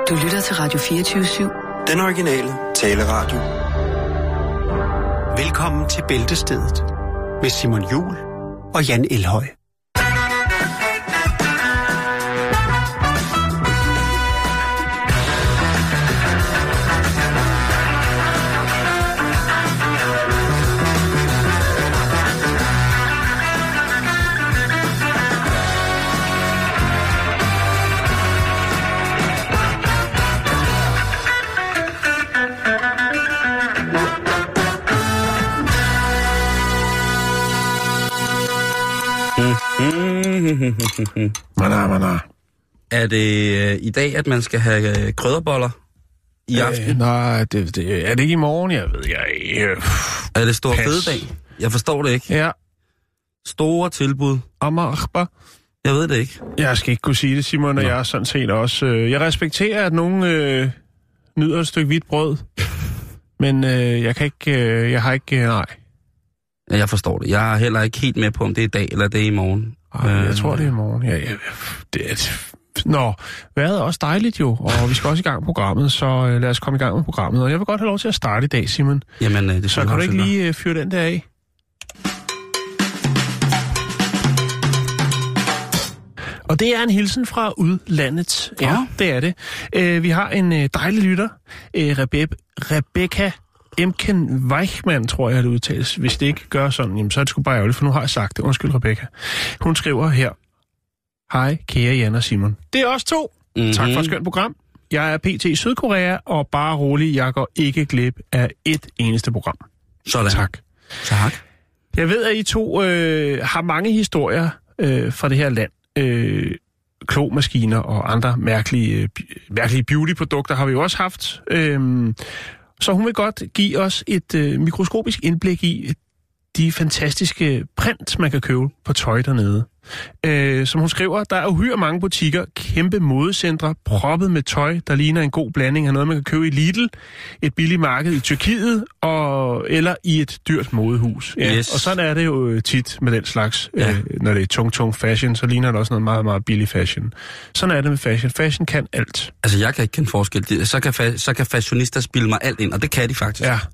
Du lytter til Radio 24/7. Den originale taleradio. Velkommen til Bæltestedet med Simon Juhl og Jan Elhøj. Er det i dag, at man skal have krydderboller i aften? Nej, det er det ikke i morgen, jeg ved ikke. Er det stor fededag? Jeg forstår det ikke. Ja. Store tilbud. Amarba. Jeg ved det ikke. Jeg skal ikke kunne sige det, Simon, og jeg er sådan set også... jeg respekterer, at nogen nyder et stykke hvidt brød, men jeg har ikke... Nej. Ja, jeg forstår det. Jeg er heller ikke helt med på, om det er i dag eller det er i morgen. Jeg tror, det er i morgen. Ja, det er... Nå, vejret er også dejligt jo, og vi skal også i gang med programmet, så lad os komme i gang med programmet. Og jeg vil godt have lov til at starte i dag, Simon. Jamen, det så kan du ikke lige fyre den der af? Og det er en hilsen fra udlandet. Ja, det er det. Vi har en dejlig lytter, Rebecca Emken Weichmann, tror jeg, det udtales. Hvis det ikke gør sådan, jamen, så er det sgu bare ærgerligt, for nu har jeg sagt det. Undskyld, Rebecca. Hun skriver her: Hej, kære Jan og Simon. Det er os to. Mm-hmm. Tak for et skønt program. Jeg er PT i Sydkorea, og bare rolig, jeg går ikke glip af et eneste program. Sådan. Tak. Jeg ved, at I to har mange historier fra det her land. Klomaskiner og andre mærkelige beautyprodukter har vi jo også haft. Så hun vil godt give os et mikroskopisk indblik i de fantastiske print, man kan købe på tøj dernede. Som hun skriver, der er uhyre mange butikker, kæmpe modecentre, proppet med tøj, der ligner en god blanding af noget, man kan købe i Lidl, et billigt marked i Tyrkiet, eller i et dyrt modehus. Ja, yes. Og sådan er det jo tit med den slags. Ja. Når det er tung fashion, så ligner det også noget meget, meget billig fashion. Sådan er det med fashion. Fashion kan alt. Altså, jeg kan ikke kende forskel. Så kan fashionister spille mig alt ind, og det kan de faktisk. Ja.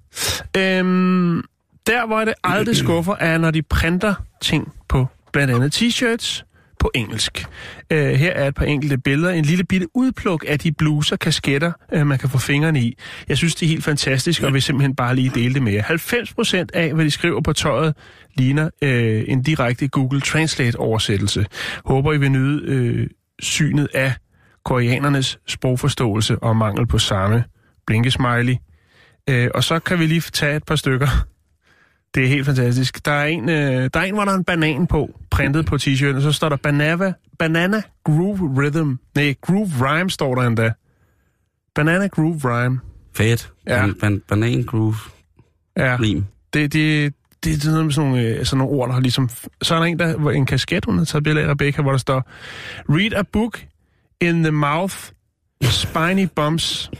Der, hvor det aldrig skuffer, er, når de printer ting på blandt andet t-shirts på engelsk. Her er et par enkelte billeder. En lille bitte udpluk af de bluser, kasketter, man kan få fingrene i. Jeg synes, det er helt fantastisk, og vil simpelthen bare lige dele det med jer. 90% af, hvad de skriver på tøjet, ligner en direkte Google Translate-oversættelse. Håber, I vil nyde synet af koreanernes sprogforståelse og mangel på samme. Blinkesmiley. Og så kan vi lige tage et par stykker. Det er helt fantastisk. Der er en, hvor der er en banan på, printet på t-shirten, og så står der Banana Groove Rhythm. Nej, Groove Rhyme står der endda. Banana Groove Rhyme. Fedt. Ja. Banan Groove Rhyme. Det er noget med sådan nogle ord, der har ligesom... Så er der hvor en kasket, hun har taget billede af Rebecca, hvor der står: Read a book in the mouth, spiny bumps.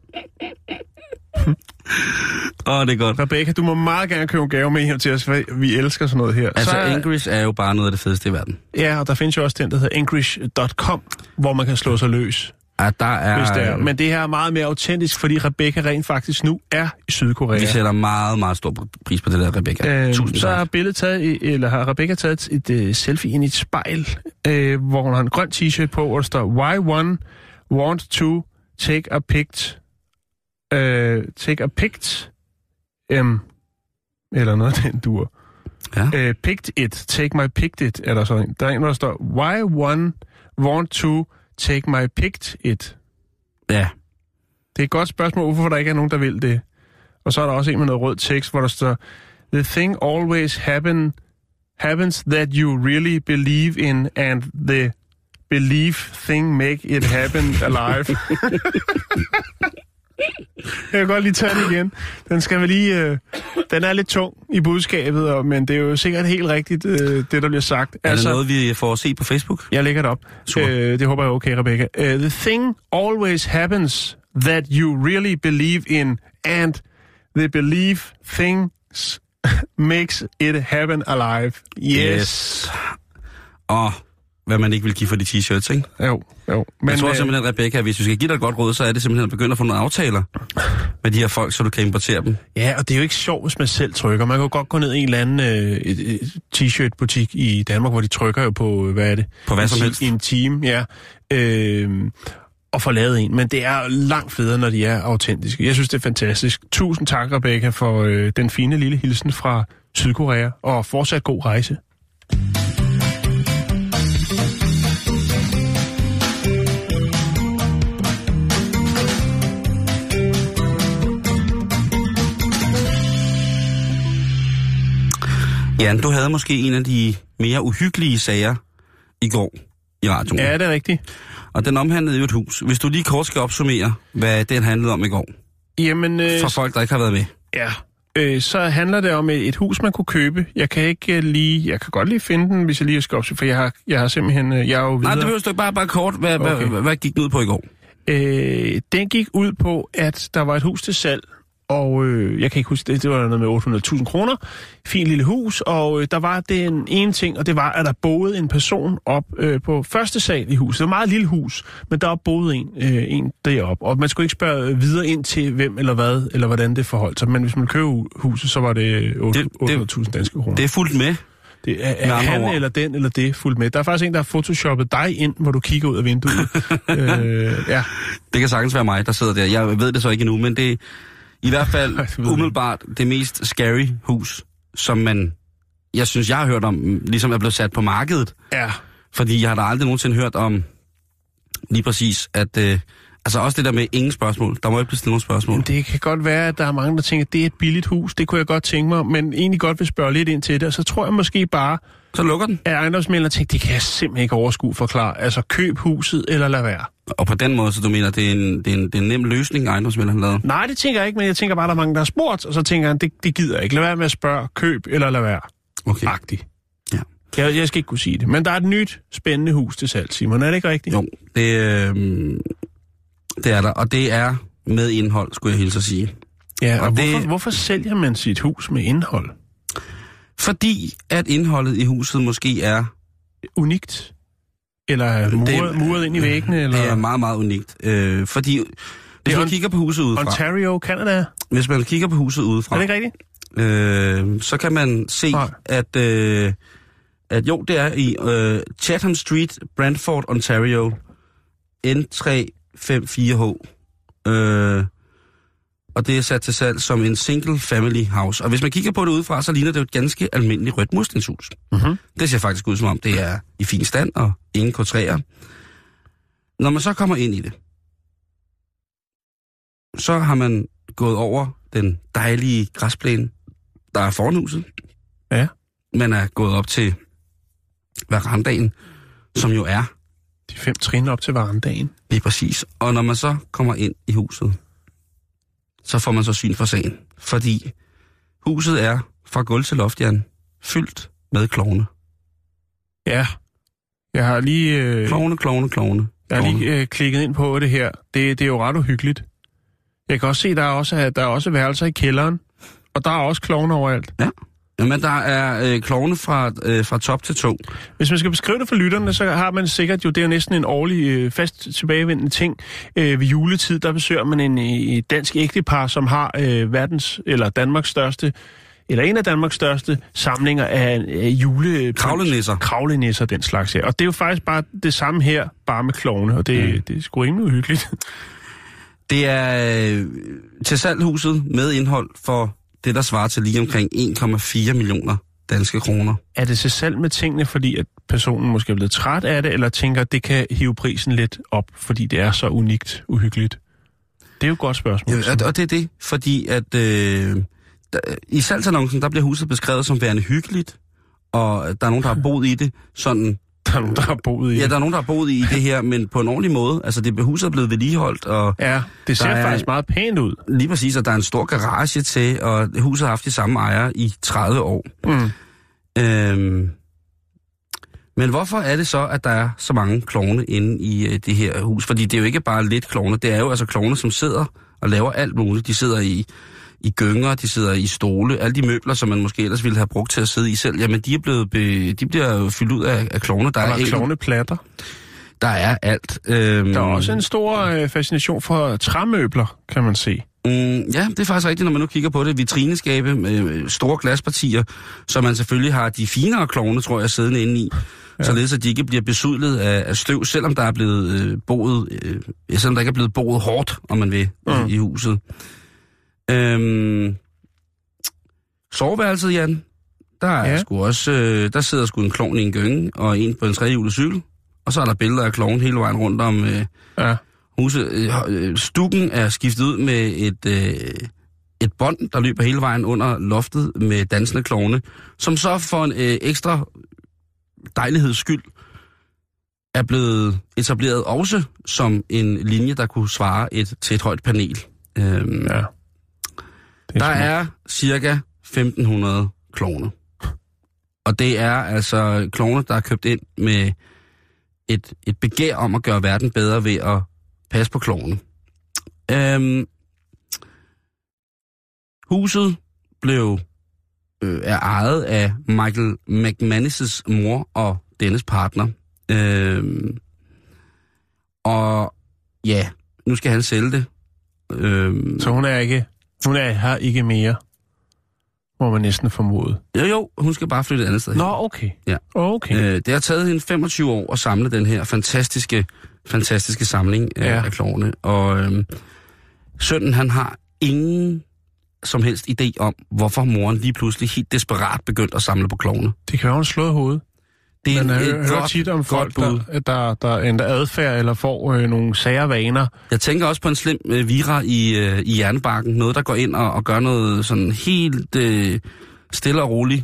Det er godt. Rebecca, du må meget gerne købe en gave med hjem til os, for vi elsker sådan noget her. Altså, English er jo bare noget af det fedeste i verden. Ja, og der findes jo også den, der hedder English.com, hvor man kan slå sig løs. Ja, der er... Men det her er meget mere autentisk, fordi Rebecca rent faktisk nu er i Sydkorea. Vi sætter meget, meget stor pris på det der, Rebecca. Så har Rebecca taget et selfie ind i et spejl, hvor hun har en grøn t-shirt på, hvor der står: Why one want to take a pic... eller noget af den dur. Ja. Picked it, take my picked it, er der så en. Der er en, der står: Why one want to take my picked it? Ja. Det er et godt spørgsmål, hvorfor der ikke er nogen, der vil det. Og så er der også en med noget rød tekst, hvor der står: The thing always happens that you really believe in, and the belief thing make it happen alive. Jeg kan godt lige tage den igen. Den skal vel lige... den er lidt tung i budskabet, men det er jo sikkert helt rigtigt, det der bliver sagt. Er det noget, vi får at se på Facebook? Jeg lægger det op. Det håber jeg er okay, Rebecca. The thing always happens that you really believe in, and the belief things makes it happen alive. Yes. Og hvad man ikke vil give for de t-shirts, ikke? Jo. Men, jeg tror simpelthen, Rebecca, hvis vi skal give dig et godt råd, så er det simpelthen at begynde at få nogle aftaler med de her folk, så du kan importere dem. Ja, og det er jo ikke sjovt, hvis man selv trykker. Man kan jo godt gå ned i en eller anden t-shirt-butik i Danmark, hvor de trykker jo på, hvad er det? På hvad som helst. I en time, ja. Og få lavet en. Men det er langt federe, når de er autentiske. Jeg synes, det er fantastisk. Tusind tak, Rebecca, for den fine lille hilsen fra Sydkorea, og fortsat god rejse. Jan, du havde måske en af de mere uhyggelige sager i går i radioen. Ja, det er rigtigt. Og den omhandlede jo et hus. Hvis du lige kort skal opsummere, hvad den handlede om i går. Jamen, for folk, der ikke har været med. Ja, så handler det om et hus, man kunne købe. Jeg kan godt lige finde den, hvis jeg lige skal opsummere, for jeg har simpelthen, jeg er jo videre. Nej, det behøver du ikke, bare kort. Hvad gik den ud på i går? Den gik ud på, at der var et hus til salg, og jeg kan ikke huske det, det var noget med 800.000 kroner. Fin lille hus, og der var den ene ting, og det var, at der boede en person op på første sal i huset. Det var et meget lille hus, men der boede en deroppe, og man skulle ikke spørge videre ind til hvem eller hvad, eller hvordan det forholdt sig. Men hvis man køber huset, så var det 800.000 danske kroner. Det er fuldt med. Det er han eller den eller det fuldt med. Der er faktisk en, der har photoshoppet dig ind, hvor du kigger ud af vinduet. Ja. Det kan sagtens være mig, der sidder der. Jeg ved det så ikke endnu, men det i hvert fald umiddelbart det mest scary hus, som jeg synes, jeg har hørt om, ligesom er blevet sat på markedet. Ja. Fordi jeg har da aldrig nogensinde hørt om lige præcis, at altså også det der med ingen spørgsmål. Der må ikke blive stillet nogle spørgsmål. Men det kan godt være, at der er mange, der tænker, at det er et billigt hus. Det kunne jeg godt tænke mig, men egentlig godt vil spørge lidt ind til det. Og så tror jeg måske bare, så lukker den. At ejendomsmæglere tænker, det kan jeg simpelthen ikke overskue forklare. Altså køb huset eller lad være. Og på den måde, så du mener, det er en nem løsning, ejendomsmægleren har lavet? Nej, det tænker jeg ikke, men jeg tænker bare, der er mange, der har spurgt, og så tænker han, det gider jeg ikke. Lad være med at spørge, køb eller lad være. Okay. Agtigt. Ja. Jeg skal ikke kunne sige det. Men der er et nyt, spændende hus til salg, Simon. Er det ikke rigtigt? Jo, det er der. Og det er med indhold, skulle jeg hilse at sige. Ja, og hvorfor sælger man sit hus med indhold? Fordi at indholdet i huset måske er unikt. Eller muret ind i væggene? Eller? Det er meget, meget unikt. Fordi hvis man kigger på huset udefra... Ontario, Canada? Hvis man kigger på huset udefra... Er det ikke rigtigt? Så kan man se, at jo, det er i Chatham Street, Brantford, Ontario, N354H. Og det er sat til salg som en single family house. Og hvis man kigger på det udefra, så ligner det jo et ganske almindeligt rødt murstenshus. Mm-hmm. Det ser faktisk ud som om, det er i fin stand og ingen K3'er. Når man så kommer ind i det, så har man gået over den dejlige græsplæne, der er foran huset. Ja. Man er gået op til verandaen, som jo er... De 5 trin op til verandaen. Lige præcis. Og når man så kommer ind i huset, så får man så syn for sagen. Fordi huset er fra gulv til loft, Jan, fyldt med klovne. Ja. Jeg har lige... Klovne. Jeg har lige klikket ind på det her. Det er jo ret uhyggeligt. Jeg kan også se, der er også værelser i kælderen. Og der er også klovne overalt. Ja. Jamen, der er klovne fra top til to. Hvis man skal beskrive det for lytterne, så har man sikkert jo, det er næsten en årlig fast tilbagevendende ting. Ved juletid, der besøger man en dansk ægtepar, som har Danmarks største, eller en af Danmarks største samlinger af kravlenisser, den slags her. Og det er jo faktisk bare det samme her, bare med klovne, og det er sgu rimelig uhyggeligt. Det er til salghuset med indhold for det, der svarer til lige omkring 1,4 millioner danske kroner. Er det til salg med tingene, fordi at personen måske er blevet træt af det, eller tænker, at det kan hive prisen lidt op, fordi det er så unikt uhyggeligt? Det er jo et godt spørgsmål. Ja, og det er det, fordi at i salgsannoncen, der bliver huset beskrevet som værende hyggeligt, og der er nogen, der har boet i det sådan... Der er nogen, der har boet i det. Ja, der er nogen, der har boet i det her, men på en ordentlig måde. Altså, huset er blevet vedligeholdt, og... Ja, det ser faktisk meget pænt ud. Lige præcis, og der er en stor garage til, og huset har haft de samme ejere i 30 år. Mm. Men hvorfor er det så, at der er så mange klovne inde i det her hus? Fordi det er jo ikke bare lidt klovne, det er jo altså klovne, som sidder og laver alt muligt. De sidder i gynger, de sidder i stole. Alle de møbler, som man måske ellers ville have brugt til at sidde i selv, jamen de bliver jo fyldt ud af klovne. Der er klovneplatter. Der er alt. Der er også en stor fascination for træmøbler, kan man se. Ja, det er faktisk rigtigt, når man nu kigger på det. Vitrineskabe med store glaspartier, som man selvfølgelig har de finere klovne, tror jeg, siddende inde i. Ja. Således at de ikke bliver besudlet af støv, selvom der er blevet selvom der ikke er blevet boet hårdt, om man vil, i huset. Soveværelset, Jan. Der er sgu også, der sidder sgu en klovn i en gynge, og en på en trehjulet cykel. Og så er der billeder af klovnen hele vejen rundt om huset. Stukken er skiftet ud med et bånd, der løber hele vejen under loftet med dansende klovne, som så for en ekstra dejligheds skyld er blevet etableret også som en linje, der kunne svare til et højt panel. Der er cirka 1500 klovne. Og det er altså klovne, der er købt ind med et begær om at gøre verden bedre ved at passe på klovne. Huset er ejet af Michael McManus' mor og dennes partner. Og ja, nu skal han sælge det. Så hun er her ikke mere, må man næsten formode. Jo, hun skal bare flytte et andet sted. Nå, okay. Ja. Okay. Det har taget hende 25 år at samle den her fantastiske samling af klovne. Og sønnen, han har ingen som helst idé om, hvorfor moren lige pludselig helt desperat begyndte at samle på klovne. Det kan jo have slået hovedet. Det er man hører tit om folk, der ændrer adfærd eller får nogle sære vaner. Jeg tænker også på en slem vira i hjernebarken. Noget, der går ind og gør noget sådan helt stille og roligt.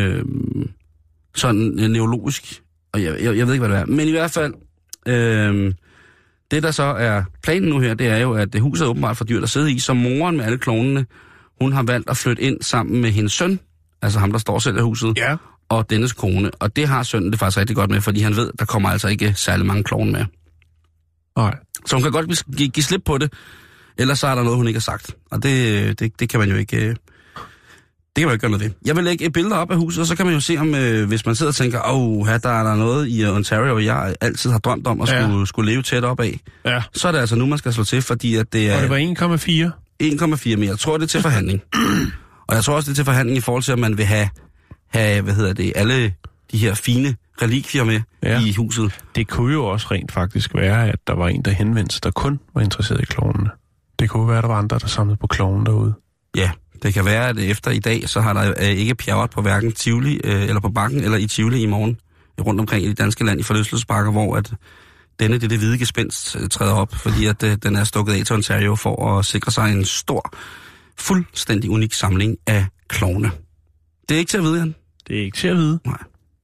Sådan neurologisk. Og jeg ved ikke, hvad det er. Men i hvert fald, det der så er planen nu her, det er jo, at huset er åbenbart for dyrt at sidde i. Så moren med alle klovnene, hun har valgt at flytte ind sammen med hendes søn. Altså ham, der står selv i huset. Ja. Og dennes kone. Og det har sønnen det faktisk rigtig godt med, fordi han ved, der kommer altså ikke særlig mange klovne med. Nej. Så hun kan godt give slip på det, ellers så er der noget, hun ikke har sagt. Og det kan man jo ikke... Det kan man jo ikke gøre noget ved. Jeg vil lægge et billede op af huset, og så kan man jo se, om hvis man sidder og tænker, her der er der noget i Ontario, jeg altid har drømt om at skulle leve tæt op af. Ja. Så er det altså nu, man skal slå til, fordi at det er... Og det var 1,4? 1,4, men jeg tror, det er til forhandling. Og jeg tror også, det er til forhandling i forhold til, at man vil have alle de her fine relikvier med i huset. Det kunne jo også rent faktisk være, at der var en, der henvendte sig, der kun var interesseret i klovnene. Det kunne være, at der var andre, der samlede på klovnen derude. Ja, det kan være, at efter i dag, så har der ikke pjavret på hverken Tivoli eller på Bakken eller i Tivoli i morgen rundt omkring i det danske land i forlystelsesparker, hvor at det hvide gespenst træder op, fordi at den er stukket af til Ontario for at sikre sig en stor, fuldstændig unik samling af klovne. Det er ikke til at vide, Jan. Det er ikke til at vide. Nej.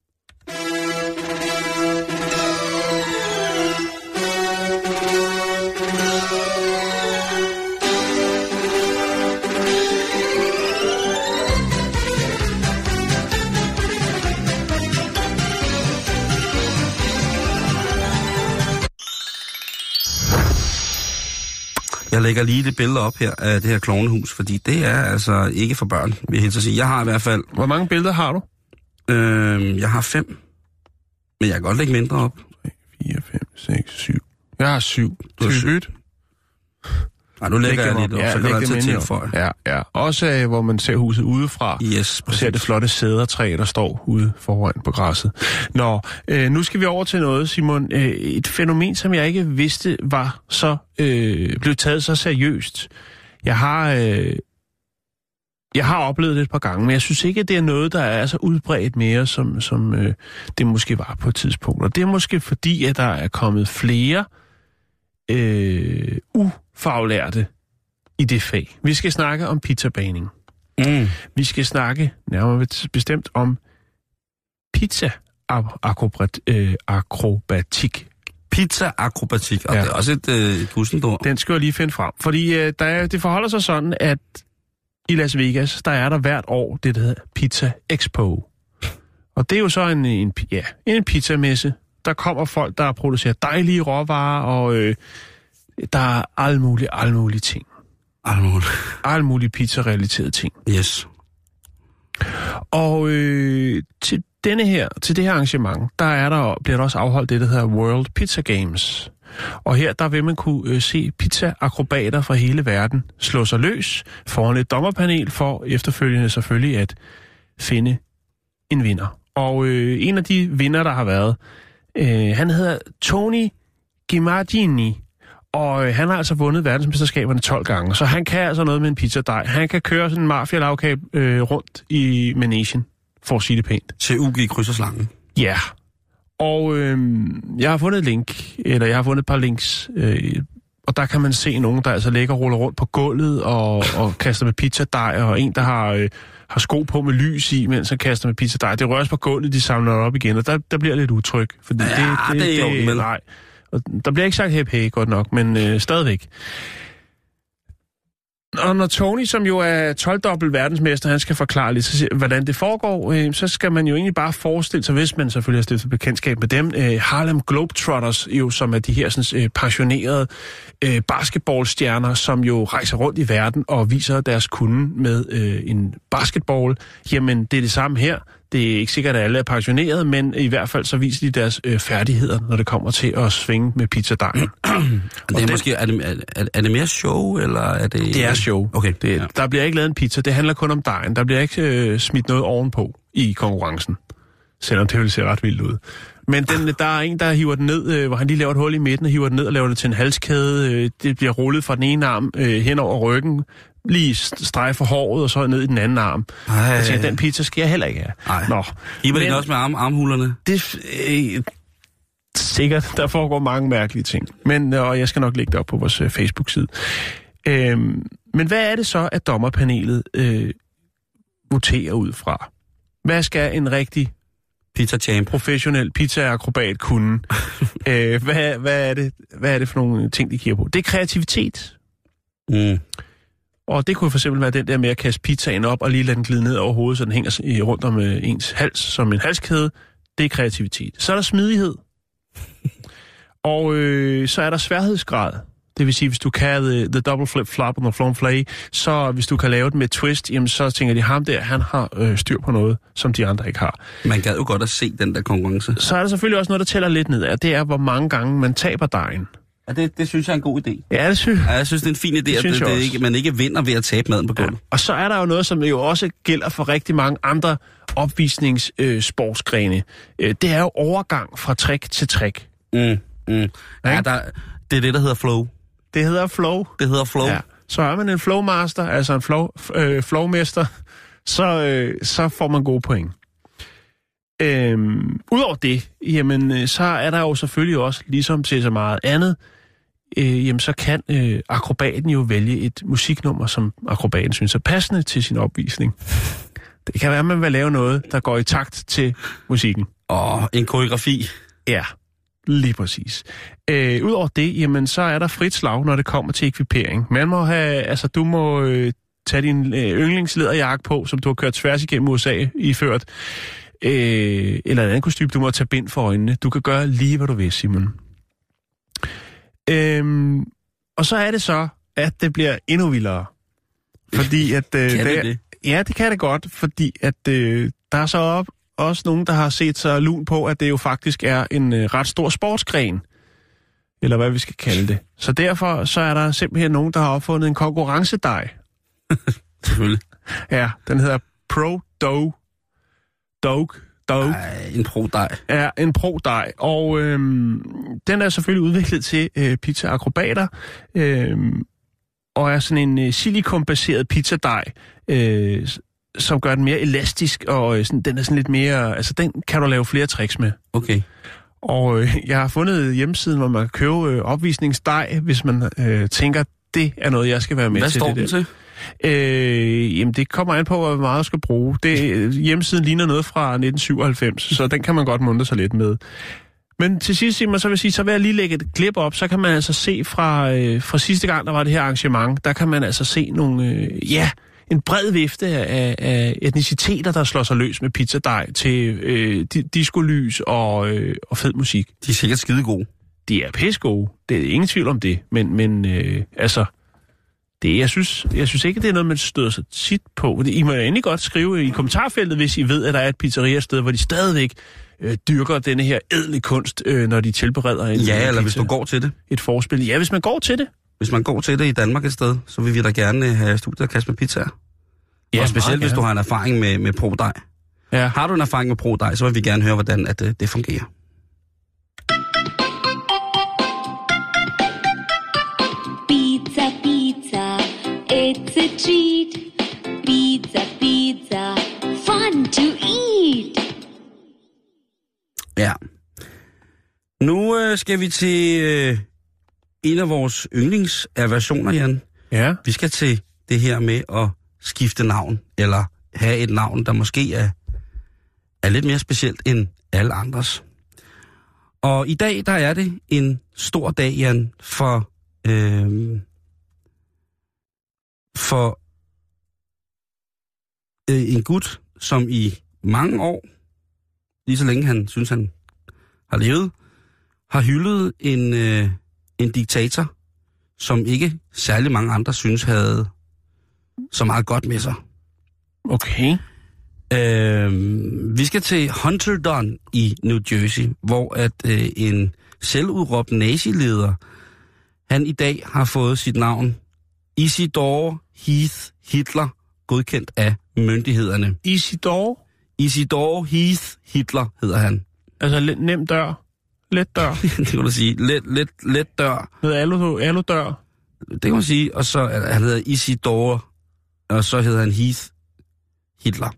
Jeg lægger lige det billede op her af det her klovnehus, fordi det er altså ikke for børn, vil jeg helt så sige. Jeg har i hvert fald... Hvor mange billeder har du? Jeg har 5. Men jeg kan godt lægge mindre op. 3, 4, 5, 6, 7. Jeg har 7. Du har 7. Nej, nu lægger jeg lidt op, så kan du altid tilføje. Ja. Også hvor man ser huset udefra. Yes, og ser det flotte sædertræ, der står ude foran på græsset. Nå, nu skal vi over til noget, Simon. Et fænomen, som jeg ikke vidste var så blev taget så seriøst. Jeg har oplevet det et par gange, men jeg synes ikke, at det er noget, der er så udbredt mere, som det måske var på et tidspunkt. Og det er måske fordi, at der er kommet flere ufaglærte i det fag. Vi skal snakke om pizzabaning. Vi skal snakke nærmere bestemt om pizza-akrobatik. Pizza-akrobatik, og det er også et pudsigt ord. Den skal jeg lige finde frem, fordi det forholder sig sådan, at i Las Vegas, der er der hvert år det, der hedder Pizza Expo. Og det er jo så en pizzamesse. Der kommer folk, der producerer dejlige råvarer, og der er alle mulige ting. Alle mulige pizza-relaterede ting. Yes. Og til det her arrangement, bliver der også afholdt det, der hedder World Pizza Games. Og her, der vil man kunne se pizza-akrobater fra hele verden slå sig løs foran et dommerpanel for efterfølgende selvfølgelig at finde en vinder. Og en af de vinder, der har været, han hedder Tony Gimargini, og han har altså vundet verdensmesterskaberne 12 gange, så han kan altså noget med en pizzadej. Han kan køre sådan en mafia-lavkage rundt i Manesien, for at sige det pænt. Til UG krydser slangen. Ja, og jeg har fundet et par links, og der kan man se nogen, der altså ligger og ruller rundt på gulvet og kaster med pizzadej, og en, der har sko på med lys i, mens han kaster med pizzadej. Det røres på gulvet, de samler op igen, og der bliver lidt utryg. Fordi det er jo nej. Og der bliver ikke sagt hey godt nok, men stadigvæk. Og når Tony, som jo er 12-dobbelt verdensmester, han skal forklare lidt, hvordan det foregår, så skal man jo egentlig bare forestille sig, hvis man selvfølgelig har stiftet bekendtskab med dem, Harlem Globetrotters, jo, som er de her sådan, passionerede basketballstjerner, som jo rejser rundt i verden og viser deres kunde med en basketball. Jamen, det er det samme her. Det er ikke sikkert, at alle er passionerede, men i hvert fald så viser de deres færdigheder, når det kommer til at svinge med pizzadejen. Er det mere show, eller er det... Det er show. Okay. Der bliver ikke lavet en pizza, det handler kun om dejen. Der bliver ikke smidt noget ovenpå i konkurrencen, selvom det vil se ret vildt ud. Men der er en, der hiver den ned, hvor han lige laver et hul i midten, og hiver den ned og laver det til en halskæde. Det bliver rullet fra den ene arm hen over ryggen, lige strejfer håret, og så ned i den anden arm. Jeg tænker, den pizza skal jeg heller ikke have. Nå. Hiver den også med armhulerne? Sikkert, der foregår mange mærkelige ting. Og jeg skal nok lægge det op på vores Facebook-side. Men hvad er det så, at dommerpanelet voterer ud fra? Hvad skal en rigtig professionel pizza-akrobat kunne? Hvad er det for nogle ting, de kigger på? Det er kreativitet. Og det kunne for eksempel være den der med at kaste pizzaen op og lige lade den glide ned over hovedet, så den hænger rundt om ens hals som en halskæde. Det er kreativitet. Så er der smidighed. Og så er der sværhedsgrad. Det vil sige, hvis du kan the double flip flop on the flown flay, så hvis du kan lave det med twist, jamen så tænker de, ham der, han har styr på noget, som de andre ikke har. Man gad jo godt at se den der konkurrence. Så er der selvfølgelig også noget, der tæller lidt ned af. Det er, hvor mange gange man taber dejen. Ja, det synes jeg er en god idé. Ja, det synes jeg. Ja, jeg synes, det er en fin idé, at man ikke vinder ved at tabe maden på gulvet. Ja. Og så er der jo noget, som jo også gælder for rigtig mange andre opvisningssportsgrene. Det er jo overgang fra trick til trick. Ja, det er det, der hedder flow. Det hedder flow. Ja. Så er man en flowmaster, altså en flowmester, så får man gode point. Udover det, jamen, så er der jo selvfølgelig også, ligesom til så meget andet, jamen, så kan akrobaten jo vælge et musiknummer, som akrobaten synes er passende til sin opvisning. Det kan være, at man vil lave noget, der går i takt til musikken. En koreografi. Ja, lige præcis. Udover det, jamen, så er der frit slag, når det kommer til ekvipering. Man må du må tage din yndlingslæderjakke på, som du har kørt tværs igennem USA iført, eller en anden kostyme, du må tage bind for øjnene. Du kan gøre lige, hvad du vil, Simon. Og så er det så, at det bliver endnu vildere. Fordi at... det? Ja, det kan det godt, fordi at der er så også nogen, der har set sig lun på, at det jo faktisk er en ret stor sportsgren. Eller hvad vi skal kalde det. Så derfor så er der simpelthen nogen, der har opfundet en konkurrencedej. Selvfølgelig. Ja, den hedder Pro Dough. En pro-dej. Ja, en pro-dej. Og den er selvfølgelig udviklet til pizza-akrobater. Og er sådan en silikonbaseret pizzadej, som gør den mere elastisk, og den er sådan lidt mere... Altså, den kan du lave flere tricks med. Okay. Og jeg har fundet hjemmesiden, hvor man kan købe opvisningsdej, hvis man tænker, det er noget, jeg skal være med til. Hvad står den til? Jamen, det kommer an på, hvor meget jeg skal bruge. Hjemmesiden ligner noget fra 1997, så den kan man godt muntre sig lidt med. Men til sidst, så vil jeg lige lægge et klip op, så kan man altså se fra sidste gang, der var det her arrangement, der kan man altså se nogle, en bred vifte af etniciteter, der slår sig løs med pizzadej til diskolys og fed musik. De er sikkert skide gode. De er pissegode, det er ingen tvivl om det, men altså, Jeg synes ikke, det er noget, man støder sig tit på. I må jo endelig godt skrive i kommentarfeltet, hvis I ved, at der er et pizzeria-sted, hvor de stadigvæk dyrker denne her ædle kunst, når de tilbereder en eller pizza, hvis du går til det. Et forspil. Ja, hvis man går til det. Hvis man går til det i Danmark et sted, så vil vi da gerne have studiet og kaste med pizzaer. Ja, og specielt hvis du har en erfaring med pro-dej. Ja. Har du en erfaring med pro-dej, så vil vi gerne høre, hvordan at det fungerer. Pizza, pizza, it's a treat. Pizza, pizza, fun to eat. Ja. Nu skal vi til en af vores yndlingsaversioner, Jan. Ja. Vi skal til det her med at skifte navn, eller have et navn, der måske er lidt mere specielt end alle andres. Og i dag, der er det en stor dag, Jan, for en gut, som i mange år, lige så længe han synes, han har levet, har hyldet en diktator, som ikke særlig mange andre synes havde så meget godt med sig. Okay. Vi skal til Hunterdon i New Jersey, hvor at en selvudråbt nazileder, han i dag har fået sit navn Isidore Heath Hitler, godkendt af myndighederne. Isidore Heath Hitler hedder han. Altså nem dør. Let dør. Det kan du sige. Let dør. Noget aludør. Det kan man sige. Og så han hedder Isidore, og så hedder han Heath Hitler.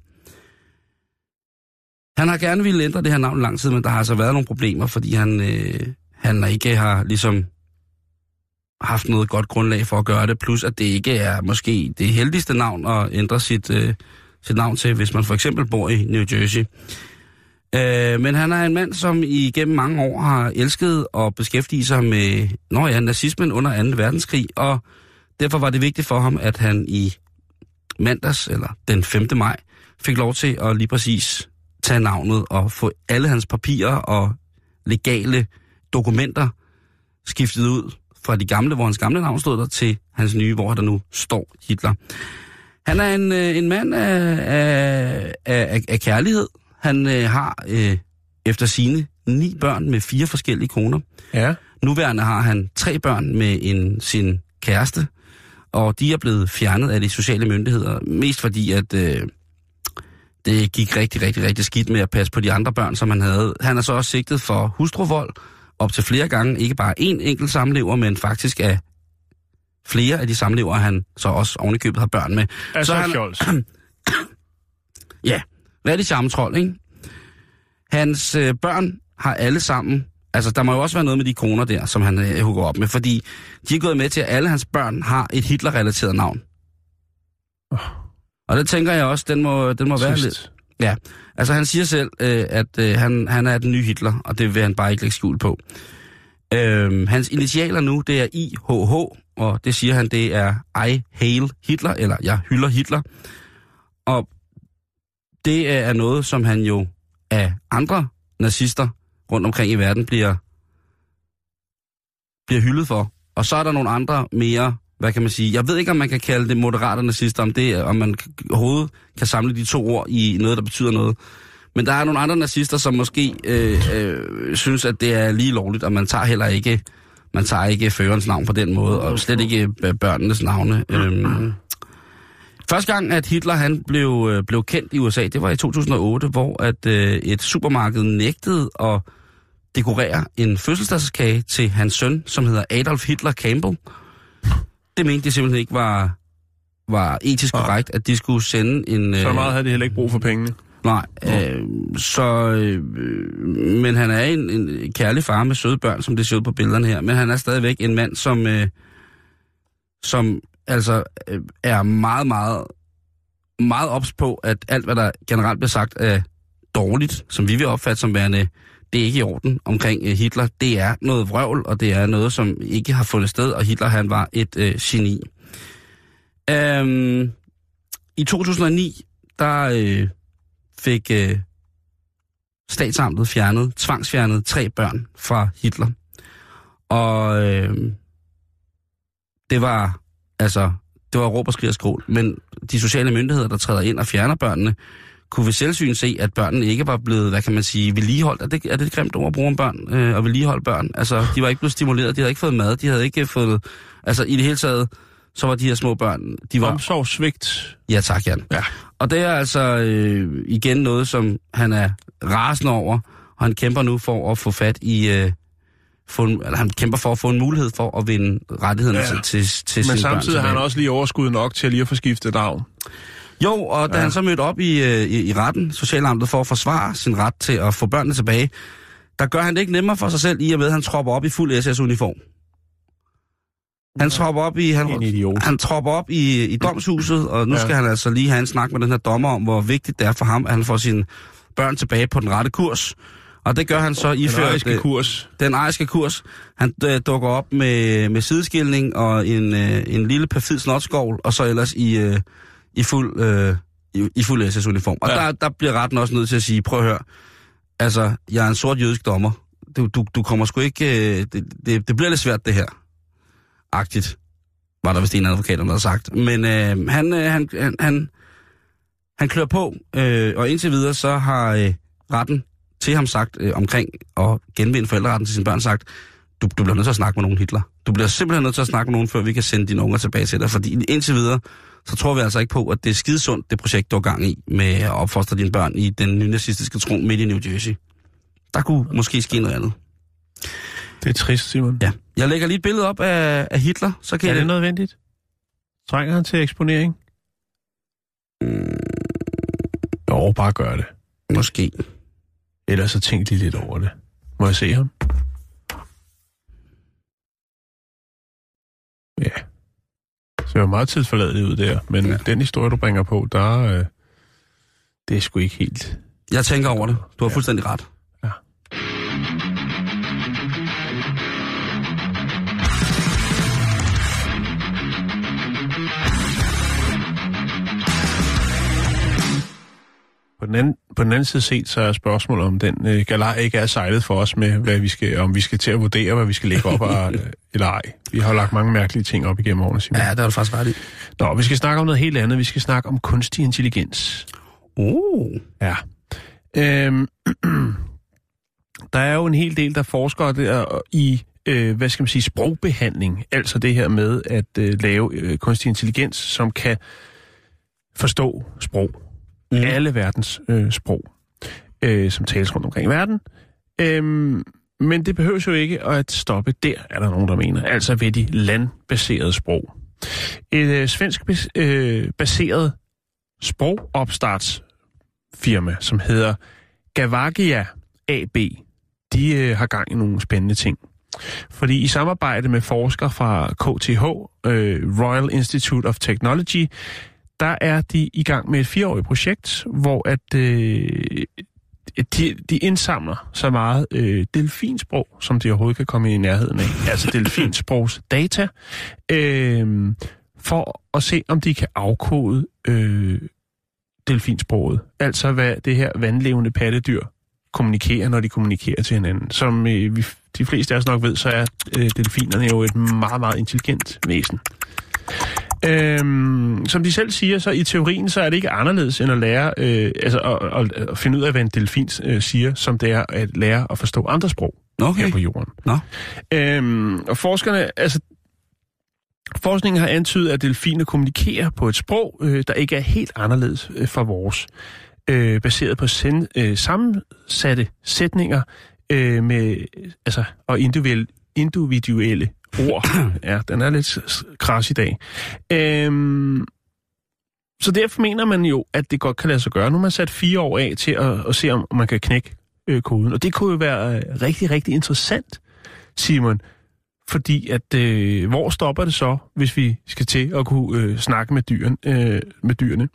Han har gerne ville ændre det her navn lang tid, men der har altså været nogle problemer, fordi han ikke har ligesom haft noget godt grundlag for at gøre det, plus at det ikke er måske det heldigste navn at ændre sit navn til, hvis man for eksempel bor i New Jersey. Men han er en mand, som igennem mange år har elsket at beskæftige sig med nazismen under 2. verdenskrig, og derfor var det vigtigt for ham, at han i mandags, eller den 5. maj, fik lov til at lige præcis tage navnet og få alle hans papirer og legale dokumenter skiftet ud fra de gamle, hvor hans gamle navn stod der, til hans nye, hvor der nu står Hitler. Han er en mand af kærlighed. Han har efter sine 9 børn med 4 forskellige koner. Ja. Nuværende har han 3 børn med sin kæreste, og de er blevet fjernet af de sociale myndigheder, mest fordi, at det gik rigtig, rigtig, rigtig skidt med at passe på de andre børn, som han havde. Han er så også sigtet for hustruvold op til flere gange, ikke bare én enkelt samlever, men faktisk af flere af de samlever, han så også ovenikøbet har børn med. Altså så Fjols. Ja, rigtig charmetrold, ikke? Hans børn har alle sammen, altså der må jo også være noget med de koner der, som han hugger op med, fordi de er gået med til, at alle hans børn har et Hitler-relateret navn. Og det tænker jeg også, den må være lidt. Ja, altså han siger selv, at han er den nye Hitler, og det vil han bare ikke lægge skjul på. Hans initialer nu, det er IHH, og det siger han, det er I hail Hitler, eller jeg hylder Hitler. Og det er noget, som han jo af andre nazister rundt omkring i verden bliver hyldet for. Og så er der nogle andre mere, hvad kan man sige, jeg ved ikke, om man kan kalde det moderate nazister, om man overhovedet kan samle de 2 ord i noget, der betyder noget. Men der er nogle andre nazister, som måske synes, at det er lige lovligt, og man tager ikke førerens navn på den måde, og slet ikke børnenes navne. Første gang, at Hitler han blev kendt i USA, det var i 2008, hvor at et supermarked nægtede at dekorere en fødselsdagskage til hans søn, som hedder Adolf Hitler Campbell. Det mente de simpelthen ikke var etisk korrekt, at de skulle sende en... Så meget havde de heller ikke brug for pengene. Nej, men han er en kærlig far med søde børn, som det ser ud på billederne her, men han er stadigvæk en mand, som altså er meget, meget, meget ops på, at alt, hvad der generelt bliver sagt er dårligt, som vi vil opfatte som værende, det er ikke i orden omkring Hitler. Det er noget vrøvl, og det er noget, som ikke har fundet sted, og Hitler han var et geni. I 2009, der fik statsamtet tvangsfjernet 3 børn fra Hitler. Og det var altså det var råb og skrig og skrål. Men de sociale myndigheder, der træder ind og fjerner børnene, kunne ved selvsyn se, at børnene ikke var blevet, hvad kan man sige, vedligeholdt. Er det et grimt ord at bruge om børn og vedligeholde børn? Altså, de var ikke blevet stimuleret, de havde ikke fået mad, de havde ikke fået... Altså, i det hele taget, så var de her små børn... De var... Omsorgssvigt. Ja, tak, Jan. Ja. Og det er altså igen noget, som han er rasende over, og han kæmper nu for at få fat i... han kæmper for at få en mulighed for at vinde rettigheden til sine børn. Men samtidig har han også lige overskud nok til at lige at få skiftet navn. Jo, og da han så mødte op i retten, Socialamtet, for at forsvare sin ret til at få børnene tilbage, der gør han det ikke nemmere for sig selv, i og med, at han tropper op i fuld SS-uniform. Han tropper op han tropper op i domshuset, og nu skal han altså lige have en snak med den her dommer om, hvor vigtigt det er for ham, at han får sine børn tilbage på den rette kurs. Og det gør han så iført den ariske kurs. Han dukker op med sideskilning og en lille perfid snotskovl, og så ellers i fuld SS-uniform. Og der bliver retten også nødt til at sige, prøv at høre, altså, jeg er en sort jødisk dommer. Du kommer sgu ikke... Det bliver lidt svært, det her. Agtigt, var der vist en advokat, der havde sagt. Men han klør på, og indtil videre så har retten til ham sagt omkring at genvinde forældreretten til sine børn sagt, du bliver nødt til at snakke med nogen, Hitler. Du bliver simpelthen nødt til at snakke med nogen, før vi kan sende dine unger tilbage til dig. Fordi indtil videre, så tror vi altså ikke på, at det er skidesundt, det projekt, du er gang i, med at opfostre dine børn i den nynazistiske tro midt i New Jersey. Der kunne måske ske noget andet. Det er trist, Simon. Ja. Jeg lægger lige et billede op af Hitler. Så kan er det nødvendigt? Trænger han til eksponering? Jo, bare gør det. Måske. Ellers så tænk lige lidt over det. Må jeg se ham? Ja. Så det var meget tidsforladeligt ud der. Men den historie, du bringer på, der... det er sgu ikke helt... Jeg tænker over det. Du har fuldstændig ret. Ja. På den anden side set, så er spørgsmålet om den galej ikke er sejlet for os med, hvad vi skal, om vi skal til at vurdere, hvad vi skal lægge op eller ej. Vi har lagt mange mærkelige ting op igennem årene, Simon. Ja, det er du faktisk ret i. Nå, vi skal snakke om noget helt andet. Vi skal snakke om kunstig intelligens. Ja. Der er jo en hel del, der forsker der i, hvad skal man sige, sprogbehandling. Altså det her med at lave kunstig intelligens, som kan forstå sprog. Alle verdens sprog, som tales rundt omkring i verden. Men det behøver jo ikke at stoppe der, er der nogen, der mener. Altså ved de landbaserede sprog. Et svensk baseret sprogopstartsfirma, som hedder Gavagia AB, de har gang i nogle spændende ting. Fordi i samarbejde med forskere fra KTH, Royal Institute of Technology, der er de i gang med et 4-årigt projekt, hvor at de indsamler så meget delfinsprog, som de overhovedet kan komme i nærheden af. Altså delfinsprogs data, for at se, om de kan afkode delfinsproget. Altså hvad det her vandlevende pattedyr kommunikerer, når de kommunikerer til hinanden. Som de fleste af os nok ved, så er delfinerne jo et meget, meget intelligent væsen. Som de selv siger, så i teorien, så er det ikke anderledes end at lære, at finde ud af, hvad en delfin siger, som det er at lære at forstå andre sprog her på jorden. Og forskningen har antydet, at delfiner kommunikerer på et sprog, der ikke er helt anderledes fra vores, baseret på sammensatte sætninger og individuelle ord. Ja, den er lidt kras i dag. Så derfor mener man jo, at det godt kan lade sig gøre. Nu har man sat 4 år af til at se, om man kan knække koden. Og det kunne jo være rigtig, rigtig interessant, Simon. Fordi at, hvor stopper det så, hvis vi skal til at kunne snakke med dyrene?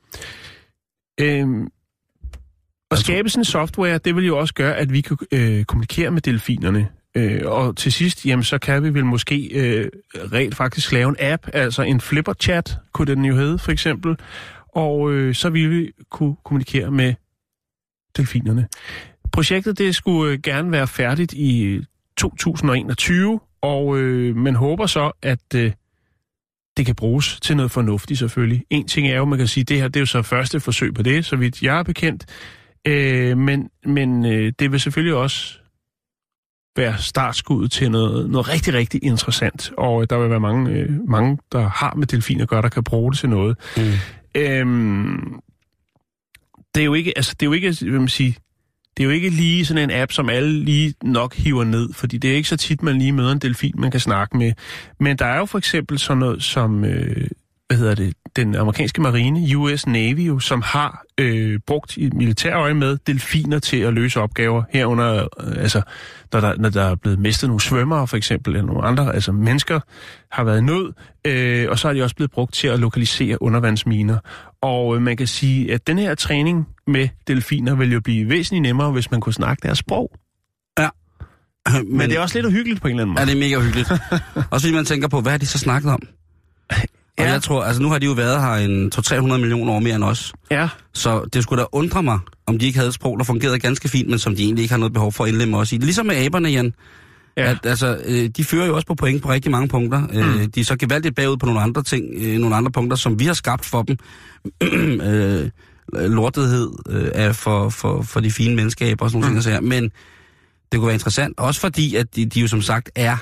Og skabe sådan en software, det vil jo også gøre, at vi kan kommunikere med delfinerne. Og til sidst, jamen, så kan vi vel måske rent faktisk lave en app, altså en flipper-chat, kunne den jo hedde, for eksempel. Og så vil vi kunne kommunikere med delfinerne. Projektet, det skulle gerne være færdigt i 2021, og man håber så, at det kan bruges til noget fornuftigt selvfølgelig. En ting er jo, man kan sige, det her det er jo så første forsøg på det, så vidt jeg er bekendt. Men det vil selvfølgelig også være startskuddet til noget rigtig, rigtig interessant. Og der vil være mange, der har med delfiner at gøre, der kan bruge det til noget. Det er jo ikke, hvad man siger, det er jo ikke lige sådan en app, som alle lige nok hiver ned, fordi det er ikke så tit, man lige møder en delfin, man kan snakke med. Men der er jo for eksempel sådan noget som, den amerikanske marine, US Navy, jo, som har brugt i militærøje med delfiner til at løse opgaver herunder, når der er blevet mistet nogle svømmere for eksempel, eller nogle andre, altså mennesker har været i nød, og så er de også blevet brugt til at lokalisere undervandsminer. Og man kan sige, at den her træning med delfiner vil jo blive væsentligt nemmere, hvis man kunne snakke deres sprog. Ja. Men det er også lidt uhyggeligt på en eller anden måde. Ja, det er mega uhyggeligt. Også fordi man tænker på, hvad har de så snakket om? Og jeg tror, altså nu har de jo været her en 200-300 millioner år mere end os. Ja. Så det skulle da undre mig, om de ikke havde et sprog, der fungerede ganske fint, men som de egentlig ikke har noget behov for at indlemme os i. Ligesom med aberne, Jan. Ja. At, altså, de fører jo også på point på rigtig mange punkter. De er så gevaldigt bagud på nogle andre ting, nogle andre punkter, som vi har skabt for dem. Lortethed for de fine menneskeaber og sådan nogle ting. Men det kunne være interessant, også fordi, at de jo som sagt er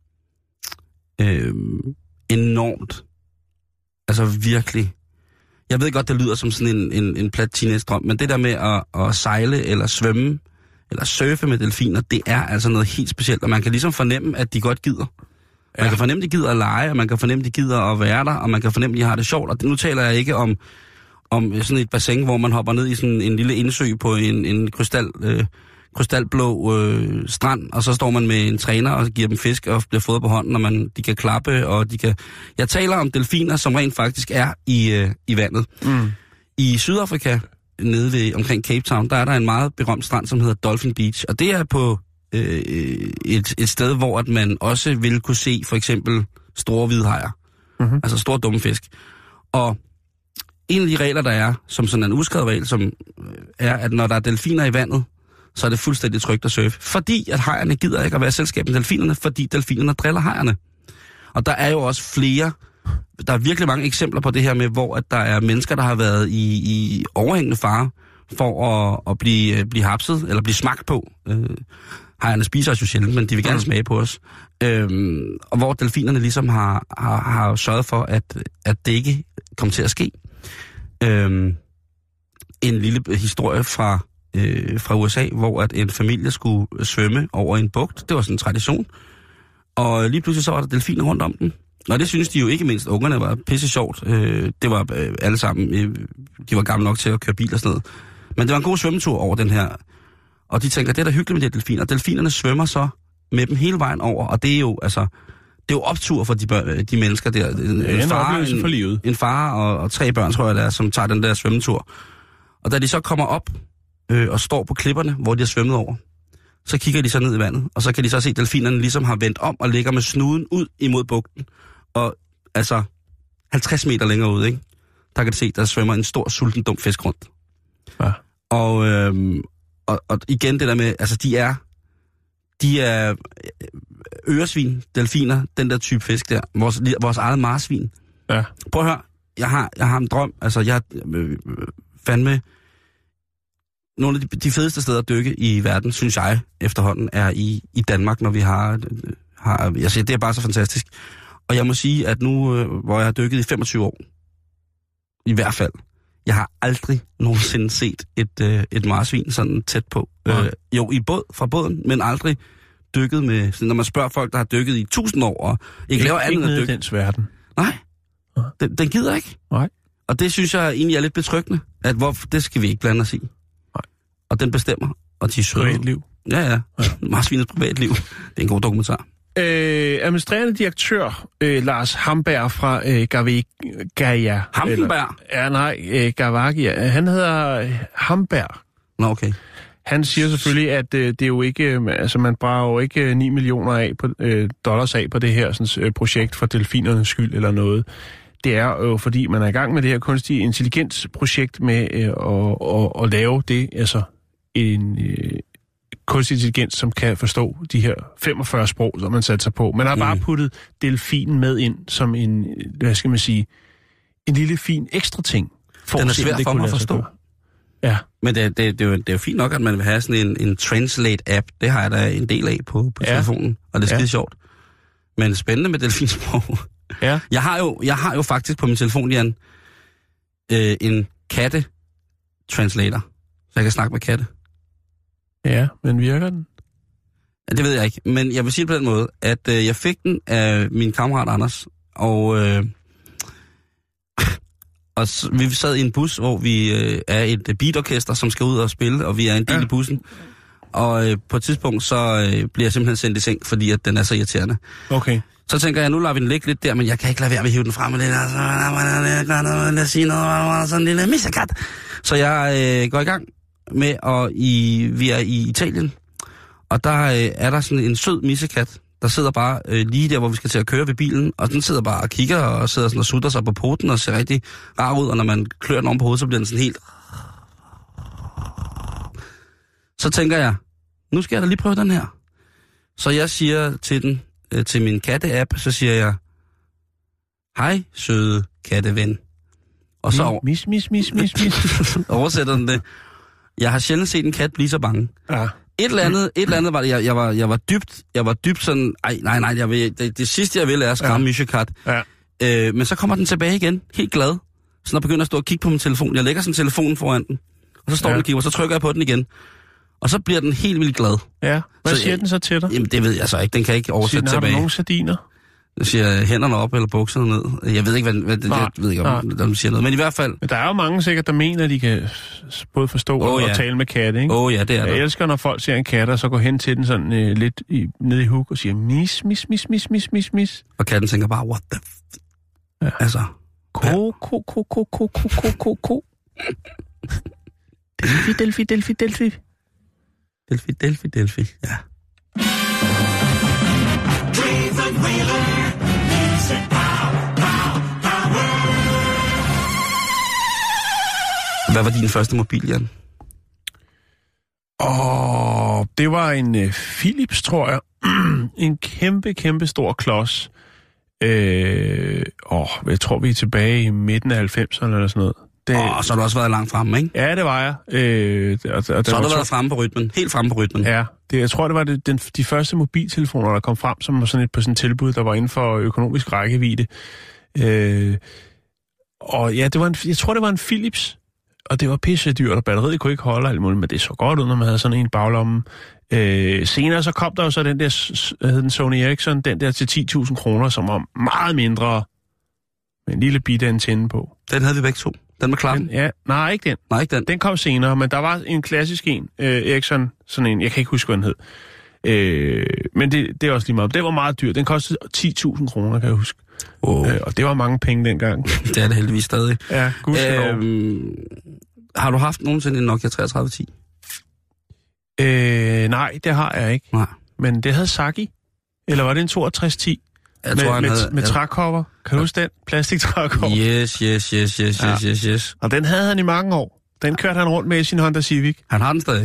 enormt. Altså virkelig. Jeg ved godt, det lyder som sådan en plat teenage-drøm, men det der med at sejle eller svømme eller surfe med delfiner, det er altså noget helt specielt, og man kan ligesom fornemme, at de godt gider. Man kan fornemme, at de gider at lege, og man kan fornemme, at de gider at være der, og man kan fornemme, at de har det sjovt. Og nu taler jeg ikke om sådan et bassin, hvor man hopper ned i sådan en lille indsø på en krystalblå strand, og så står man med en træner og giver dem fisk og bliver fodret på hånden, og de kan klappe, og de kan... Jeg taler om delfiner, som rent faktisk er i vandet. I Sydafrika, nede ved omkring Cape Town, der er der en meget berømt strand, som hedder Dolphin Beach, og det er på et sted, hvor at man også vil kunne se for eksempel store hvidhajer, altså store dumme fisk. Og en af de regler, der er, som sådan en uskrevet regel, som er, at når der er delfiner i vandet, så er det fuldstændig trygt at surfe. Fordi at hajerne gider ikke at være selskab med delfinerne, fordi delfinerne driller hajerne. Og der er jo også flere, der er virkelig mange eksempler på det her med, hvor at der er mennesker, der har været i overhængende fare for at blive hapset, eller blive smagt på. Hajerne spiser os jo sjældent, men de vil gerne smage på os. Og hvor delfinerne ligesom har sørget for, at det ikke kommer til at ske. En lille historie fra USA, hvor at en familie skulle svømme over en bugt. Det var sådan en tradition. Og lige pludselig så var der delfiner rundt om den. Og det synes de jo ikke mindst. Ungerne var pisse sjovt. Det var alle sammen, de var gamle nok til at køre bil og sådan noget. Men det var en god svømmetur over den her. Og de tænker, det er da hyggeligt med de delfiner. Og delfinerne svømmer så med dem hele vejen over. Og det er jo, altså, det er jo optur for de mennesker der. En far og 3 børn, tror jeg det er, som tager den der svømmetur. Og da de så kommer op og står på klipperne, hvor de har svømmet over, så kigger de så ned i vandet, og så kan de så se, at delfinerne ligesom har vendt om og ligger med snuden ud imod bugten. Og altså 50 meter længere ude, ikke? Der kan de se, der svømmer en stor, sulten, dum fisk rundt. Ja. Og igen det der med, altså de er øresvin, delfiner, den der type fisk der, vores eget marsvin. Ja. Prøv at høre, jeg har en drøm, altså jeg fandme nogle af de fedeste steder at dykke i verden, synes jeg, efterhånden, er i Danmark, når vi har jeg siger, det er bare så fantastisk. Og jeg må sige, at nu, hvor jeg har dykket i 25 år, i hvert fald, jeg har aldrig nogensinde set et marsvin sådan tæt på. Jo, fra båden, men aldrig dykket med... Når man spørger folk, der har dykket i 1000 år, og ikke laver andet end at dykke... Dens verden. Nej, den gider ikke. Nej. Og det synes jeg egentlig er lidt betryggende, at det skal vi ikke blande os i. Nej. Og den bestemmer, og de søger... Privatliv. Ja. Marsvinets privatliv. Det er en god dokumentar. Administrerende direktør Lars Hamberg fra Gavagia. Hamberg? Gavagia. Han hedder Hamberg. Nå, okay. Han siger selvfølgelig, at det er jo ikke, altså man brager jo ikke 9 millioner dollars af på det her sådan, projekt for delfinernes skyld eller noget. Det er jo fordi, man er i gang med det her kunstige intelligensprojekt med at lave det, altså en kunstig intelligens, som kan forstå de her 45 sprog, som man satte sig på. Man har bare puttet delfinen med ind som en, hvad skal man sige, en lille fin ekstra ting. Den er svær for mig at forstå. Ja. Men det er jo fint nok, at man vil have sådan en translate-app. Det har jeg da en del af på telefonen, og det er skide sjovt. Men spændende med delfinsprog. Ja. Jeg har jo faktisk på min telefon, Jan, en katte-translator, så jeg kan snakke med katte. Ja, men virker den? Ja, det ved jeg ikke, men jeg vil sige det på den måde, at jeg fik den af min kammerat Anders, og vi sad i en bus, hvor vi er et beatorkester, som skal ud og spille, og vi er en del i bussen. Og på et tidspunkt, så bliver jeg simpelthen sendt i seng, fordi at den er så irriterende. Okay. Så tænker jeg, nu lader vi den ligge lidt der, men jeg kan ikke lade være med at hive den frem. Lad os sige noget, sådan en lille missekat. Så jeg går i gang med, og vi er i Italien, og der er der sådan en sød missekat, der sidder bare lige der, hvor vi skal til at køre ved bilen, og den sidder bare og kigger, og sidder sådan og sutter sig på poten, og ser rigtig rar ud, og når man klør den om på hovedet, så bliver den sådan helt... Så tænker jeg, nu skal jeg da lige prøve den her. Så jeg siger til den, til min katte-app, så siger jeg, hej, søde katteven. Og så mis. oversætter den det. Jeg har sjældent set en kat blive så bange. Ja. Et eller andet var det, jeg var dybt sådan, nej, det sidste jeg vil er at skræmme missekat. Ja. Men så kommer den tilbage igen, helt glad. Så når jeg begynder at stå og kigge på min telefon, jeg lægger sådan telefonen foran den, og så står den og kigger, og så trykker jeg på den igen. Og så bliver den helt vildt glad. Ja, hvad siger den så til dig? Jamen, det ved jeg så ikke. Den kan ikke oversætte tilbage. Har du nogle sardiner? Den siger hænderne op eller bukserne ned. Jeg ved ikke, hvad jeg ved ikke, om den siger noget. Men i hvert fald... Men der er jo mange sikkert, der mener, at de kan både forstå og tale med katte, ikke? Ja, det er jeg elsker, når folk ser en kat, og så går hen til den sådan lidt ned i huk og siger, mis. Og katten tænker bare, what the ja. Altså... Ko. Delphi, ja. Hvad var din første mobil, Jan? Det var en Philips, tror jeg. En kæmpe stor klods. Jeg tror, vi er tilbage i midten af 90'erne eller sådan noget. Så har du også været langt fremme, ikke? Ja, det var jeg. Så har du været fremme på rytmen. Helt fremme på rytmen. Ja, jeg tror, det var de første mobiltelefoner, der kom frem, som var sådan på sådan et tilbud, der var inden for økonomisk rækkevidde. Og ja, jeg tror, det var en Philips, og det var pisse dyrt, og batteriet kunne ikke holde alt muligt, men det så godt ud, når man havde sådan en baglomme. Senere så kom der jo så den der, hed den Sony Ericsson, den der til 10.000 kroner, som var meget mindre, med en lille bitte antenne på. Den havde vi begge to. Den med klappen? Ja, nej, ikke den. Den kom senere, men der var en klassisk en, Ericsson, sådan en, jeg kan ikke huske, hvad den hed. Men det er også lige meget. Det var meget dyrt. Den kostede 10.000 kroner, kan jeg huske. Og det var mange penge dengang. Det er det heldigvis stadig. Ja, har du haft nogensinde en Nokia 3310? Nej, det har jeg ikke. Nej. Men det havde Saki. Eller var det en 6210? Med trækopper. Kan du huske den? Plastiktrækopper. Yes. Og den havde han i mange år. Den kørte han rundt med i sin Honda Civic. Han har den stadig.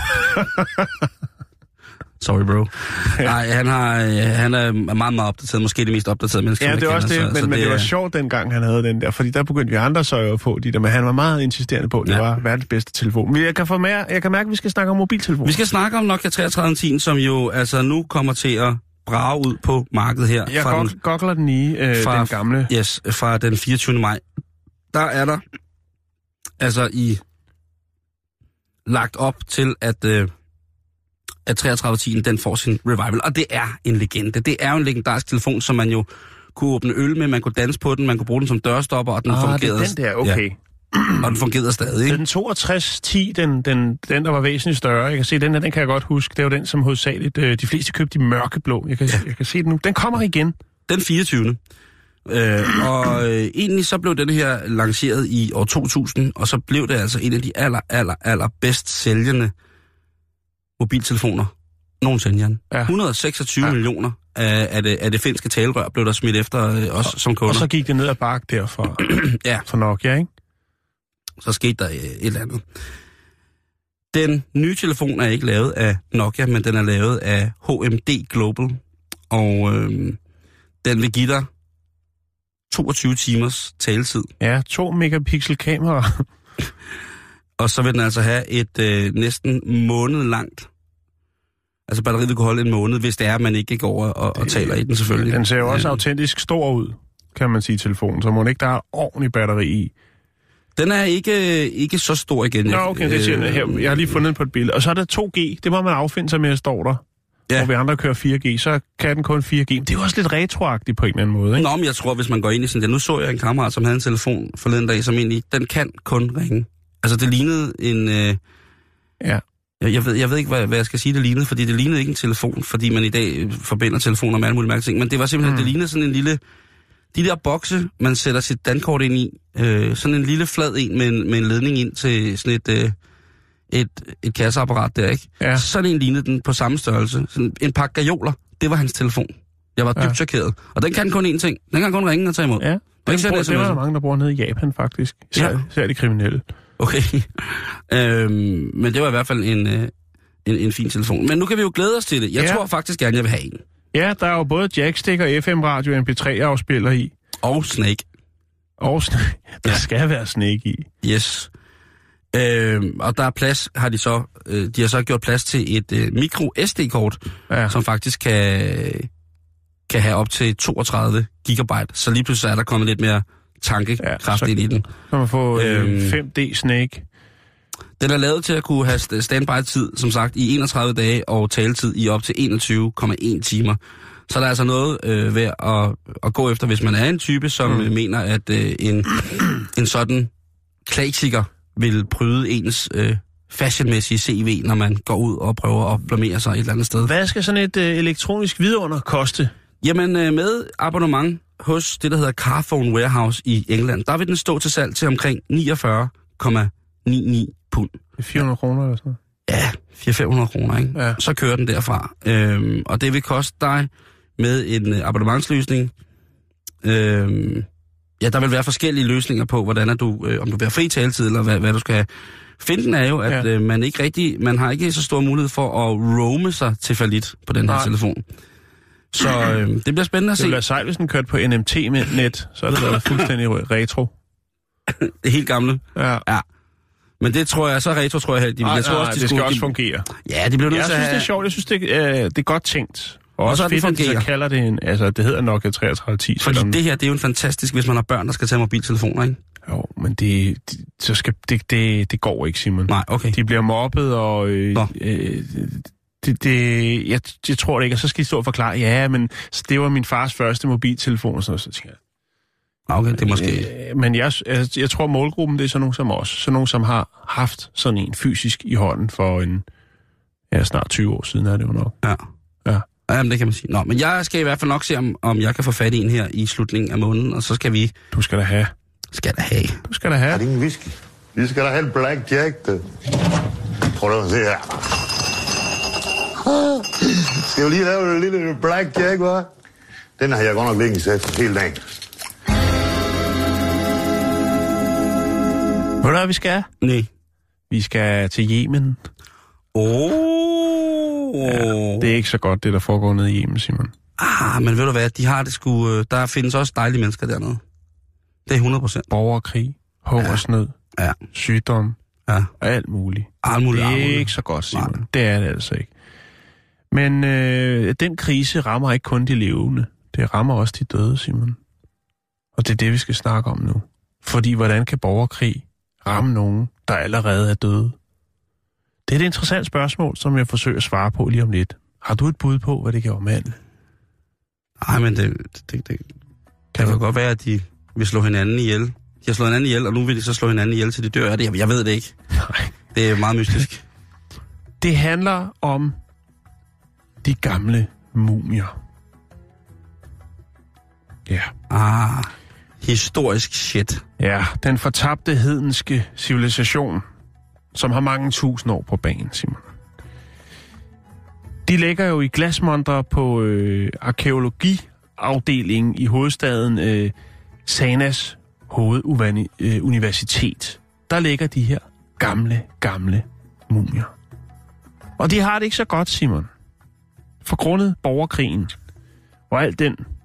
Sorry, bro. Nej, han er meget opdateret. Måske det mest opdaterede menneske, ja, det er også det. Men det var sjovt dengang, han havde den der. Fordi der begyndte vi andre så på de der. Men han var meget insisterende på, at det var verdens bedste telefon. Men jeg kan mærke, at vi skal snakke om mobiltelefon. Vi skal snakke om Nokia 3310, som jo altså nu kommer til at brage ud på markedet her. Jeg googler den i den gamle. Yes, fra den 24. maj. Der er der altså lagt op til, at 3310 den får sin revival. Og det er en legende. Det er jo en legendarisk telefon, som man jo kunne åbne øl med, man kunne danse på den, man kunne bruge den som dørstopper, og den fungerede. Det er den der, okay. Ja. Og den fungerede stadig, ikke? Den 6210, den der var væsentligt større. Jeg kan se, den kan jeg godt huske. Det er jo den, som hovedsageligt de fleste købte i mørkeblå. Jeg kan se den nu. Den kommer igen. Den 24. Egentlig så blev den her lanceret i år 2000, og så blev det altså en af de aller bedst sælgende mobiltelefoner nogensinde, Jan. Ja. 126 millioner af det finske talerør blev der smidt efter os som kunder. Og så gik det ned ad bakke der for Nokia, ikke? Så skete der et eller andet. Den nye telefon er ikke lavet af Nokia, men den er lavet af HMD Global. Og den vil give dig 22 timers taletid. Ja, 2 megapixel kamera. Og så vil den altså have et næsten måned langt. Altså batteriet vil kunne holde en måned, hvis det er, at man ikke går over og taler i den selvfølgelig. Den ser jo også autentisk stor ud, kan man sige, telefonen. Så må den ikke, der er ordentlig batteri i. Den er ikke så stor igen. Nå, okay, det siger jeg her. Jeg har lige fundet den på et billede. Og så er der 2G. Det må man affinde sig med, står der. Ja. Hvor vi andre kører 4G, så kan den kun 4G. Men det er jo også lidt retroagtigt på en eller anden måde, ikke? Nå, men jeg tror, hvis man går ind i sådan det. Nu så jeg en kammerat, som havde en telefon forleden dag, som egentlig, den kan kun ringe. Altså, det lignede en... Ja. Jeg ved ikke, hvad jeg skal sige, det lignede, fordi det lignede ikke en telefon, fordi man i dag forbinder telefoner med alle mulige mærkelige ting. Men det var simpelthen, det lignede sådan en lille... De der bokse, man sætter sit dankort ind i, sådan en lille flad en med en ledning ind til sådan et kasseapparat der, ikke? Ja. Sådan en lignede den på samme størrelse. Sådan en pakke gajoler, det var hans telefon. Jeg var dybt chokeret. Og den kan kun én ting. Den kan kun ringe og tage imod. Ja, det er der mange, der bor nede i Japan, faktisk. Især de kriminelle. Okay. Men det var i hvert fald en fin telefon. Men nu kan vi jo glæde os til det. Jeg tror faktisk gerne, jeg vil have en. Ja, der er jo både jackstick og FM-radio og MP3-afspiller i. Og Snake. Der skal være Snake i. Yes. Og der er plads, de har så gjort plads til et micro SD-kort, som faktisk kan have op til 32 gigabyte. Så lige pludselig er der kommet lidt mere tankekraft ind i den. Så man får 5D Snake. Den er lavet til at kunne have standby-tid, som sagt, i 31 dage og taletid i op til 21,1 timer. Så der er altså noget ved at gå efter, hvis man er en type, som mener, at en sådan klassiker vil bryde ens fashionmæssige CV, når man går ud og prøver at blamere sig et eller andet sted. Hvad skal sådan et elektronisk vidunder koste? Jamen, med abonnement hos det, der hedder Carphone Warehouse i England, der vil den stå til salg til omkring 49,99 pund. 400 kroner eller sådan noget? Ja, 400-500 kroner, ikke? Ja. Så kører den derfra. Og det vil koste dig med en abonnementsløsning. Der vil være forskellige løsninger på, hvordan er du, om du vil have fri taletid, eller hvad du skal have. Finten er jo, at man har ikke så stor mulighed for at roame sig til fallit på den her telefon. Så det bliver spændende at se. Det bliver sejt, hvis den kørte på NMT-net, så er det været fuldstændig retro. Det helt gamle? Ja. Men det tror jeg, så retro tror jeg helt. Det skal også fungere. Ja, det bliver nødt til at have... Jeg synes, det er sjovt. Jeg synes, det er godt tænkt. Og også fedt, at de kalder det det hedder Nokia 3310. Fordi det her, det er jo en fantastisk, hvis man har børn, der skal tage mobiltelefoner, ikke? Jo, men det går ikke, Simon. Nej, okay. De bliver mobbet, og jeg tror det ikke, og så skal de stå og forklare, men det var min fars første mobiltelefon, og så tænker jeg. Okay, det er måske... Men jeg tror, målgruppen, det er sådan nogen som os. Sådan nogen, som har haft sådan en fysisk i hånden for snart 20 år siden, er det jo nok. Ja. Jamen, det kan man sige. Nå, men jeg skal i hvert fald nok se, om jeg kan få fat i en her i slutningen af måneden, og så skal vi... Du skal da have. Du skal da have. Er det ingen whisky? Vi skal da have en Black Jack, det. Prøv at se her. Skal vi lige lave en lille Black Jack, hva'? Den har jeg godt nok liggende sæt hele dagen. Ved du hvad vi skal? Nej. Vi skal til Yemen. Det er ikke så godt, det der foregår nede i Yemen, Simon. Men ved du hvad, de har det sgu... Der findes også dejlige mennesker dernede. Det er 100%. Borgerkrig, hungersnød, sygdom, og alt muligt. Det er ikke så godt, Simon. Nej. Det er det altså ikke. Men den krise rammer ikke kun de levende. Det rammer også de døde, Simon. Og det er det, vi skal snakke om nu. Fordi hvordan kan borgerkrig ramme nogen, der allerede er døde? Det er et interessant spørgsmål, som jeg forsøger at svare på lige om lidt. Har du et bud på, hvad det kan omhandle? Nej, men det kan jo godt være, at de vil slå hinanden ihjel. De har slået hinanden ihjel, og nu vil de så slå hinanden ihjel, til de dør af det. Jeg ved det ikke. Nej. Det er meget mystisk. Det handler om de gamle mumier. Ja. Historisk shit. Ja, den fortabte hedenske civilisation, som har mange tusind år på banen, Simon. De ligger jo i glasmontre på arkæologiafdelingen i hovedstaden Sanas hoveduniversitet. Der ligger de her gamle mumier. Og de har det ikke så godt, Simon. For grundet borgerkrigen og al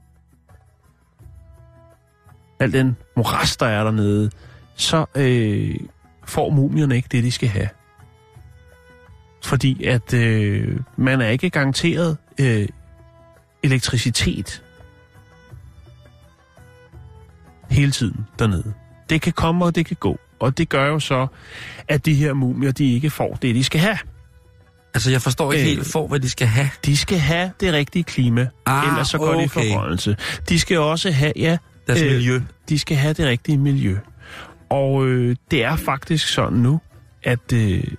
den moras, der er dernede, så får mumierne ikke det, de skal have. Fordi at man er ikke garanteret elektricitet hele tiden dernede. Det kan komme, og det kan gå. Og det gør jo så, at de her mumier, de ikke får det, de skal have. Altså, jeg forstår ikke helt for, hvad de skal have. De skal have det rigtige klima, ellers så går de i forrådnelse. De skal også have, deres miljø. De skal have det rigtige miljø. Og det er faktisk sådan nu, at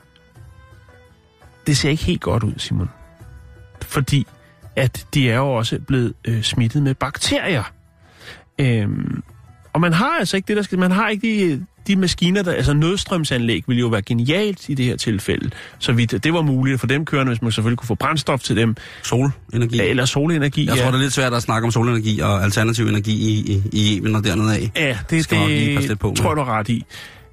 det ser ikke helt godt ud, Simon. Fordi at de er jo også blevet smittet med bakterier. Og man har altså ikke det, der skal... Man har ikke de maskiner, der... Altså nødstrømsanlæg ville jo være genialt i det her tilfælde. Så vidt det var muligt for dem kørende, hvis man selvfølgelig kunne få brændstof til dem. Solenergi. Eller solenergi, Jeg tror, det er lidt svært at snakke om solenergi og alternativ energi i Yemen og dernede af. Ja, det tror jeg, du er ret i.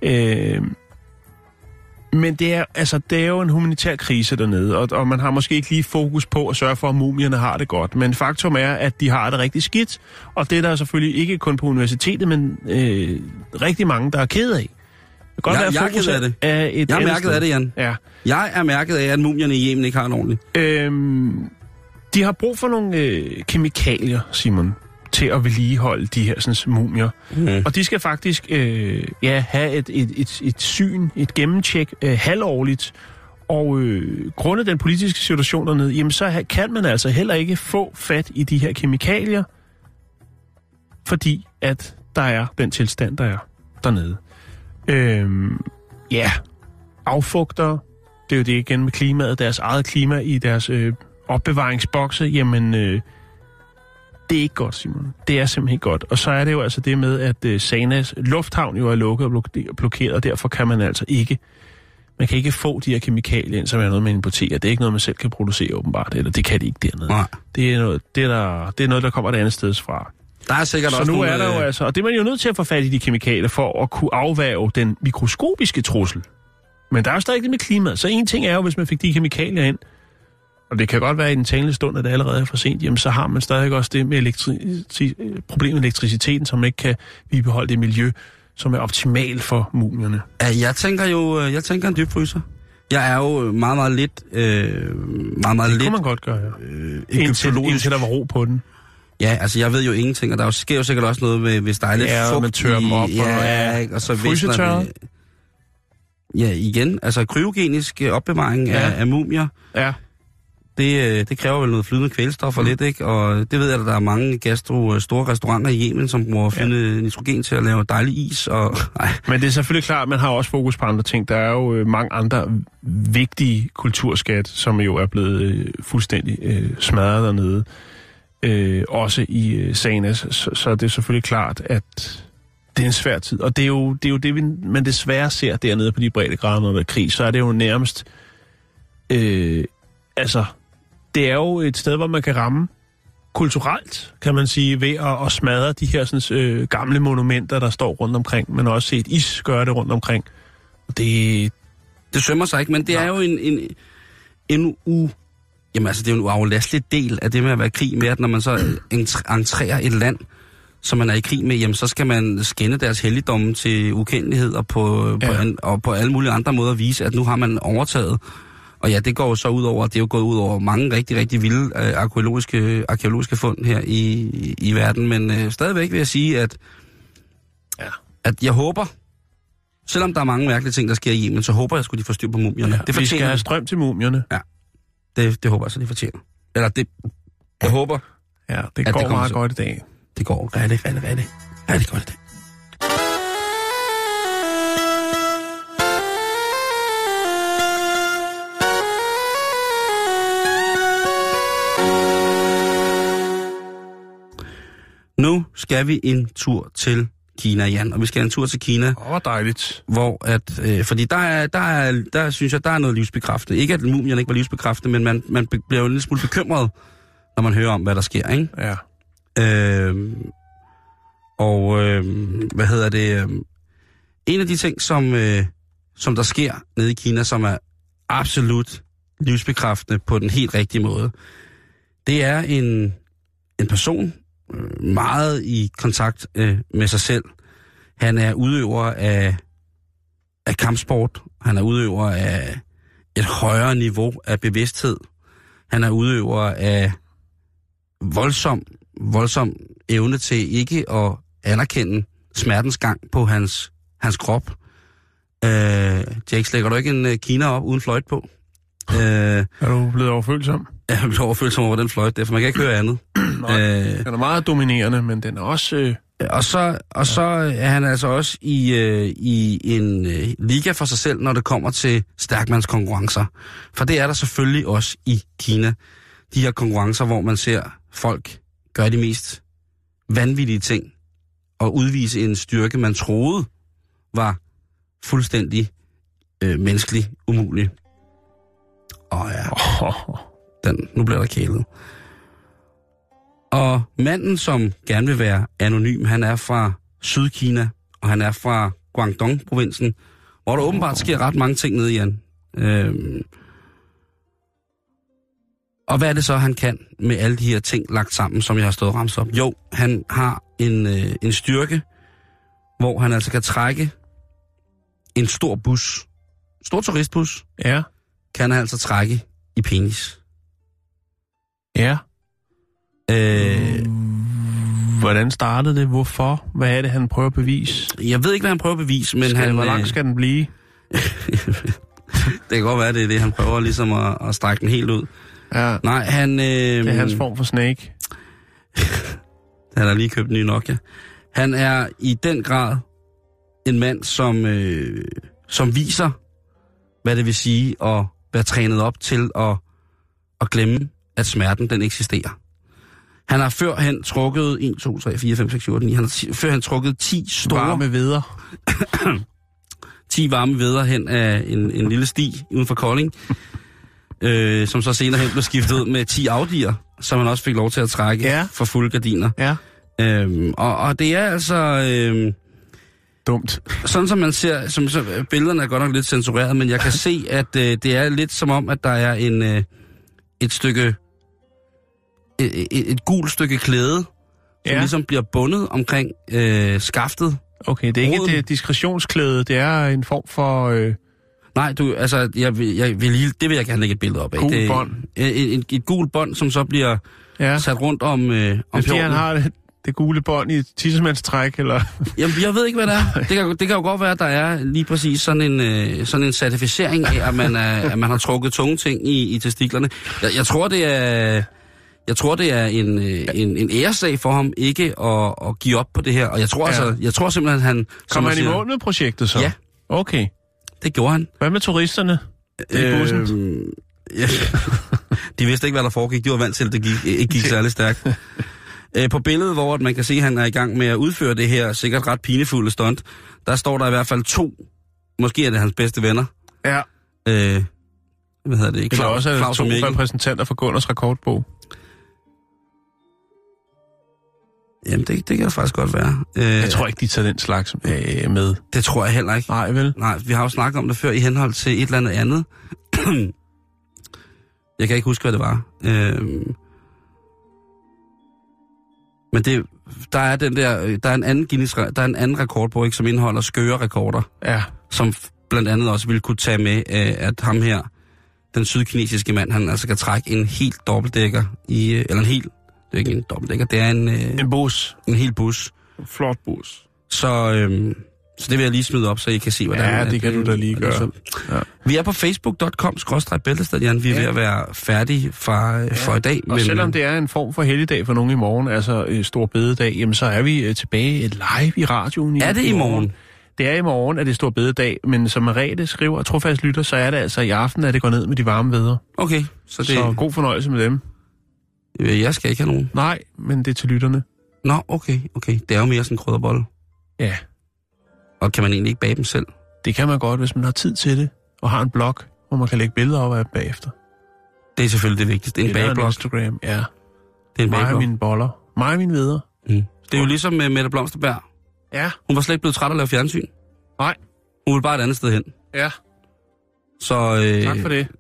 Men det er jo en humanitær krise dernede, og man har måske ikke lige fokus på at sørge for, at mumierne har det godt. Men faktum er, at de har det rigtig skidt, og det er der selvfølgelig ikke kun på universitetet, men rigtig mange, der er ked af. Det kan godt være, jeg er ked af det. Jeg er mærket af det, Jan. Ja. Jeg er mærket af, at mumierne i Yemen ikke har det ordentligt. De har brug for nogle kemikalier, Simon, til at vedligeholde de her sådan, mumier. Og de skal faktisk have et syn, et gennemtjek halvårligt. Og grundet den politiske situation dernede, jamen, så kan man altså heller ikke få fat i de her kemikalier, fordi at der er den tilstand, der er dernede. Affugter, det er jo det igen med klimaet, deres eget klima i deres opbevaringsbokse, jamen... Det er ikke godt, Simon. Det er simpelthen ikke godt. Og så er det jo altså det med, at Sanas lufthavn jo er lukket og blokeret, og derfor kan man altså ikke... Man kan ikke få de her kemikalier ind, som er noget, man importerer. Det er ikke noget, man selv kan producere, åbenbart. Eller det kan de ikke dernede. Nej. Det er noget, der kommer et andet sted fra. Der er sikkert så også nu nogle... er der jo altså... Og det er man jo nødt til at få fat i de kemikalier, for at kunne afværge den mikroskopiske trussel. Men der er jo stadig det med klimaet. Så en ting er jo, hvis man fik de kemikalier ind, og det kan godt være i den talende stund, at det allerede er for sent, jamen så har man stadig også det med problemet med elektriciteten, som ikke kan bibeholde det miljø, som er optimalt for mumierne. Ja, jeg tænker en dybfryser. Jeg er jo meget lidt... det kunne man godt gøre, ja. Indtil der var ro på den. Ja, altså jeg ved jo ingenting, og der sker jo sikkert også noget, hvis der er lidt fugt man tørrer dem op. Og så frysetørret. Ja, igen, altså kryogenisk opbevaring af mumier. Ja. Det kræver vel noget flydende kvælstof og lidt, ikke? Og det ved jeg, at der er mange store restauranter i Yemen, som bruger at finde nitrogen til at lave dejlig is. Men det er selvfølgelig klart, at man har også fokus på andre ting. Der er jo mange andre vigtige kulturskat, som jo er blevet fuldstændig smadret dernede. Også i Sanas. Så det er selvfølgelig klart, at det er en svær tid. Og det er jo det, man desværre ser dernede på de breddegrader, når der er krig. Så er det jo nærmest... det er jo et sted, hvor man kan ramme kulturelt, kan man sige, ved at smadre de her sådan, gamle monumenter, der står rundt omkring. Man har også set is gøre det rundt omkring. Det sømmer sig ikke, men det er jo jamen altså, det er jo en uaflastelig del af det med at være i krig med, at når man så entrerer et land, som man er i krig med, jamen så skal man skænde deres helligdomme til ukendelighed og på alle mulige andre måder vise, at nu har man overtaget. Og ja, det går jo så ud over, det er jo gået ud over mange rigtig, rigtig vilde arkeologiske fund her i verden. Men stadigvæk vil jeg sige, at jeg håber, selvom der er mange mærkelige ting, der sker i Yemen, så håber jeg, at de får styr på mumierne. Ja, vi skal have strøm til mumierne. Ja, det håber jeg så, de fortjener. Eller jeg håber. Ja, det går meget godt i dag. Det går rigtig godt i dag. Nu skal vi en tur til Kina, Jan, og vi skal en tur til Kina. Dejligt. Hvor fordi der synes jeg, der er noget livsbekræftende. Ikke at mumierne ikke var livsbekræftende, men man bliver jo en lille smule bekymret, når man hører om, hvad der sker, ikke? Ja. En af de ting, som der sker nede i Kina, som er absolut livsbekræftende på den helt rigtige måde. Det er en person meget i kontakt med sig selv. Han er udøver af kampsport. Han er udøver af et højere niveau af bevidsthed. Han er udøver af voldsom evne til ikke at anerkende smertens gang på hans krop. Jake, lægger du ikke en kina op uden fløjt på? Er du blevet overfølsom? Ja, jeg er blevet overfølsom over den fløjt, derfor man kan ikke høre andet. Den er meget dominerende, men den er også... Og så er han altså også i en liga for sig selv, når det kommer til stærkmandskonkurrencer. For det er der selvfølgelig også i Kina. De her konkurrencer, hvor man ser folk gøre de mest vanvittige ting og udvise en styrke, man troede var fuldstændig menneskelig umulig. Nu bliver der kælet. Og manden, som gerne vil være anonym, han er fra Sydkina, og han er fra Guangdong-provinsen, hvor der åbenbart sker ret mange ting nede i han. Og hvad er det så, han kan med alle de her ting lagt sammen, som jeg har stået og ramset op? Jo, han har en styrke, hvor han altså kan trække en stor bus, stor turistbus, Ja. kan han altså trække i penis. Ja. Hvordan startede det? Hvorfor? Hvad er det, han prøver at bevise? Jeg ved ikke, hvad han prøver at bevise, men Hvor lang skal den blive? Det kan godt være, det er det, han prøver ligesom at strække den helt ud. Ja. Nej, han... Det er hans form for snake. Han har lige købt en ny Nokia. Han er i den grad en mand, som viser, hvad det vil sige at være trænet op til at glemme, at smerten den eksisterer. Han har førhen trukket 1, 2, 3, 4, 5, 6, 7, 8, 9. Han har førhen trukket 10 store... Varme veder. 10 varme veder hen af en lille sti uden for Kolding, som så senere hen blev skiftet ud med 10 Audi'er, som han også fik lov til at trække for fulde gardiner. Ja. Og det er altså... Dumt. Sådan som man ser, billederne er godt nok lidt censureret, men jeg kan se, at det er lidt som om, at der er et stykke... Et gult stykke klæde, som ligesom bliver bundet omkring skaftet. Okay, det er ikke et diskretionsklæde, det er en form for... Nej, det vil jeg gerne lægge et billede op af. Gul bånd. Et gult bånd, som så bliver sat rundt om fordi han har det gule bånd i et tissemandstræk, eller... Jamen, jeg ved ikke, hvad det er. Det kan jo godt være, at der er lige præcis sådan en certificering af, at man har trukket tunge ting i testiklerne. Jeg tror, det er en æresag for ham ikke at give op på det her. Og jeg tror simpelthen, han... Kom han i mål med projektet så? Ja. Okay. Det gjorde han. Hvad med turisterne i bussen? Ja. De vidste ikke, hvad der foregik. De var vant til, at det ikke gik særlig stærkt. På billedet, hvor man kan se, at han er i gang med at udføre det her sikkert ret pinefulde stunt, der står der i hvert fald 2. Måske er det hans bedste venner. Ja. Hvad hedder det? Eller også er det 2 repræsentanter for Gunners rekordbog. Jamen, det kan faktisk godt være. Jeg tror ikke, de tager den slags med. Det tror jeg heller ikke. Nej, vel? Nej, vi har jo snakket om det før i henhold til et eller andet. Jeg kan ikke huske, hvad det var. Men der er en anden der er en anden rekordbog, ikke, som indeholder skøre rekorder. Ja. Som blandt andet også ville kunne tage med, at ham her, den sydkinesiske mand, han altså kan trække en helt dobbeltdækker eller en helt... Det er ikke en dobbeltdækker, det er en bus. En hel bus. En flot bus. Så det vil jeg lige smide op, så I kan se, hvordan... Ja, det kan du da lige gøre. Ja. Vi er på facebook.com/bæltested, Jan. Vi er ved at være færdige for i dag. Og selvom det er en form for helligdag for nogen i morgen, altså stor bededag, jamen så er vi tilbage live i radioen. Er det i morgen? Det er i morgen, at det er stor bededag, men som Merete skriver og trofast lytter, så er det altså i aften, at det går ned med de varme vædder. Okay. Så god fornøjelse med dem. Jeg skal ikke have nogen. Nej, men det er til lytterne. Nå, okay. Det er jo mere sådan en krydderbolle. Ja. Og kan man egentlig ikke bage dem selv? Det kan man godt, hvis man har tid til det, og har en blog, hvor man kan lægge billeder op af bagefter. Det er selvfølgelig det vigtigste. En bageblog. Instagram, ja. Det er en bageblog. Mig og mine boller. Mig og mine vædder. Mm. Det er jo ligesom med Mette Blomsterberg. Ja. Hun var slet ikke blevet træt af at lave fjernsyn. Nej. Hun ville bare et andet sted hen. Ja. Så, Tak for det.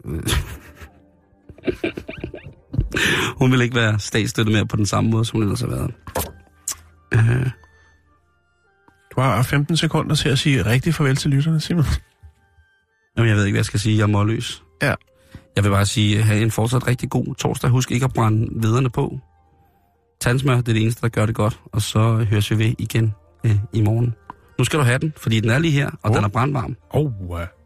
Hun vil ikke være statsstøttet mere på den samme måde, som hun ellers har været. Du har 15 sekunder til at sige rigtig farvel til lytterne, Simon. Jamen, jeg ved ikke, hvad jeg skal sige. Jeg er målløs. Ja. Jeg vil bare sige, have en fortsat rigtig god torsdag. Husk ikke at brænde vederne på. Tandsmør, det er det eneste, der gør det godt. Og så høres vi ved igen i morgen. Nu skal du have den, fordi den er lige her, og den er brandvarm.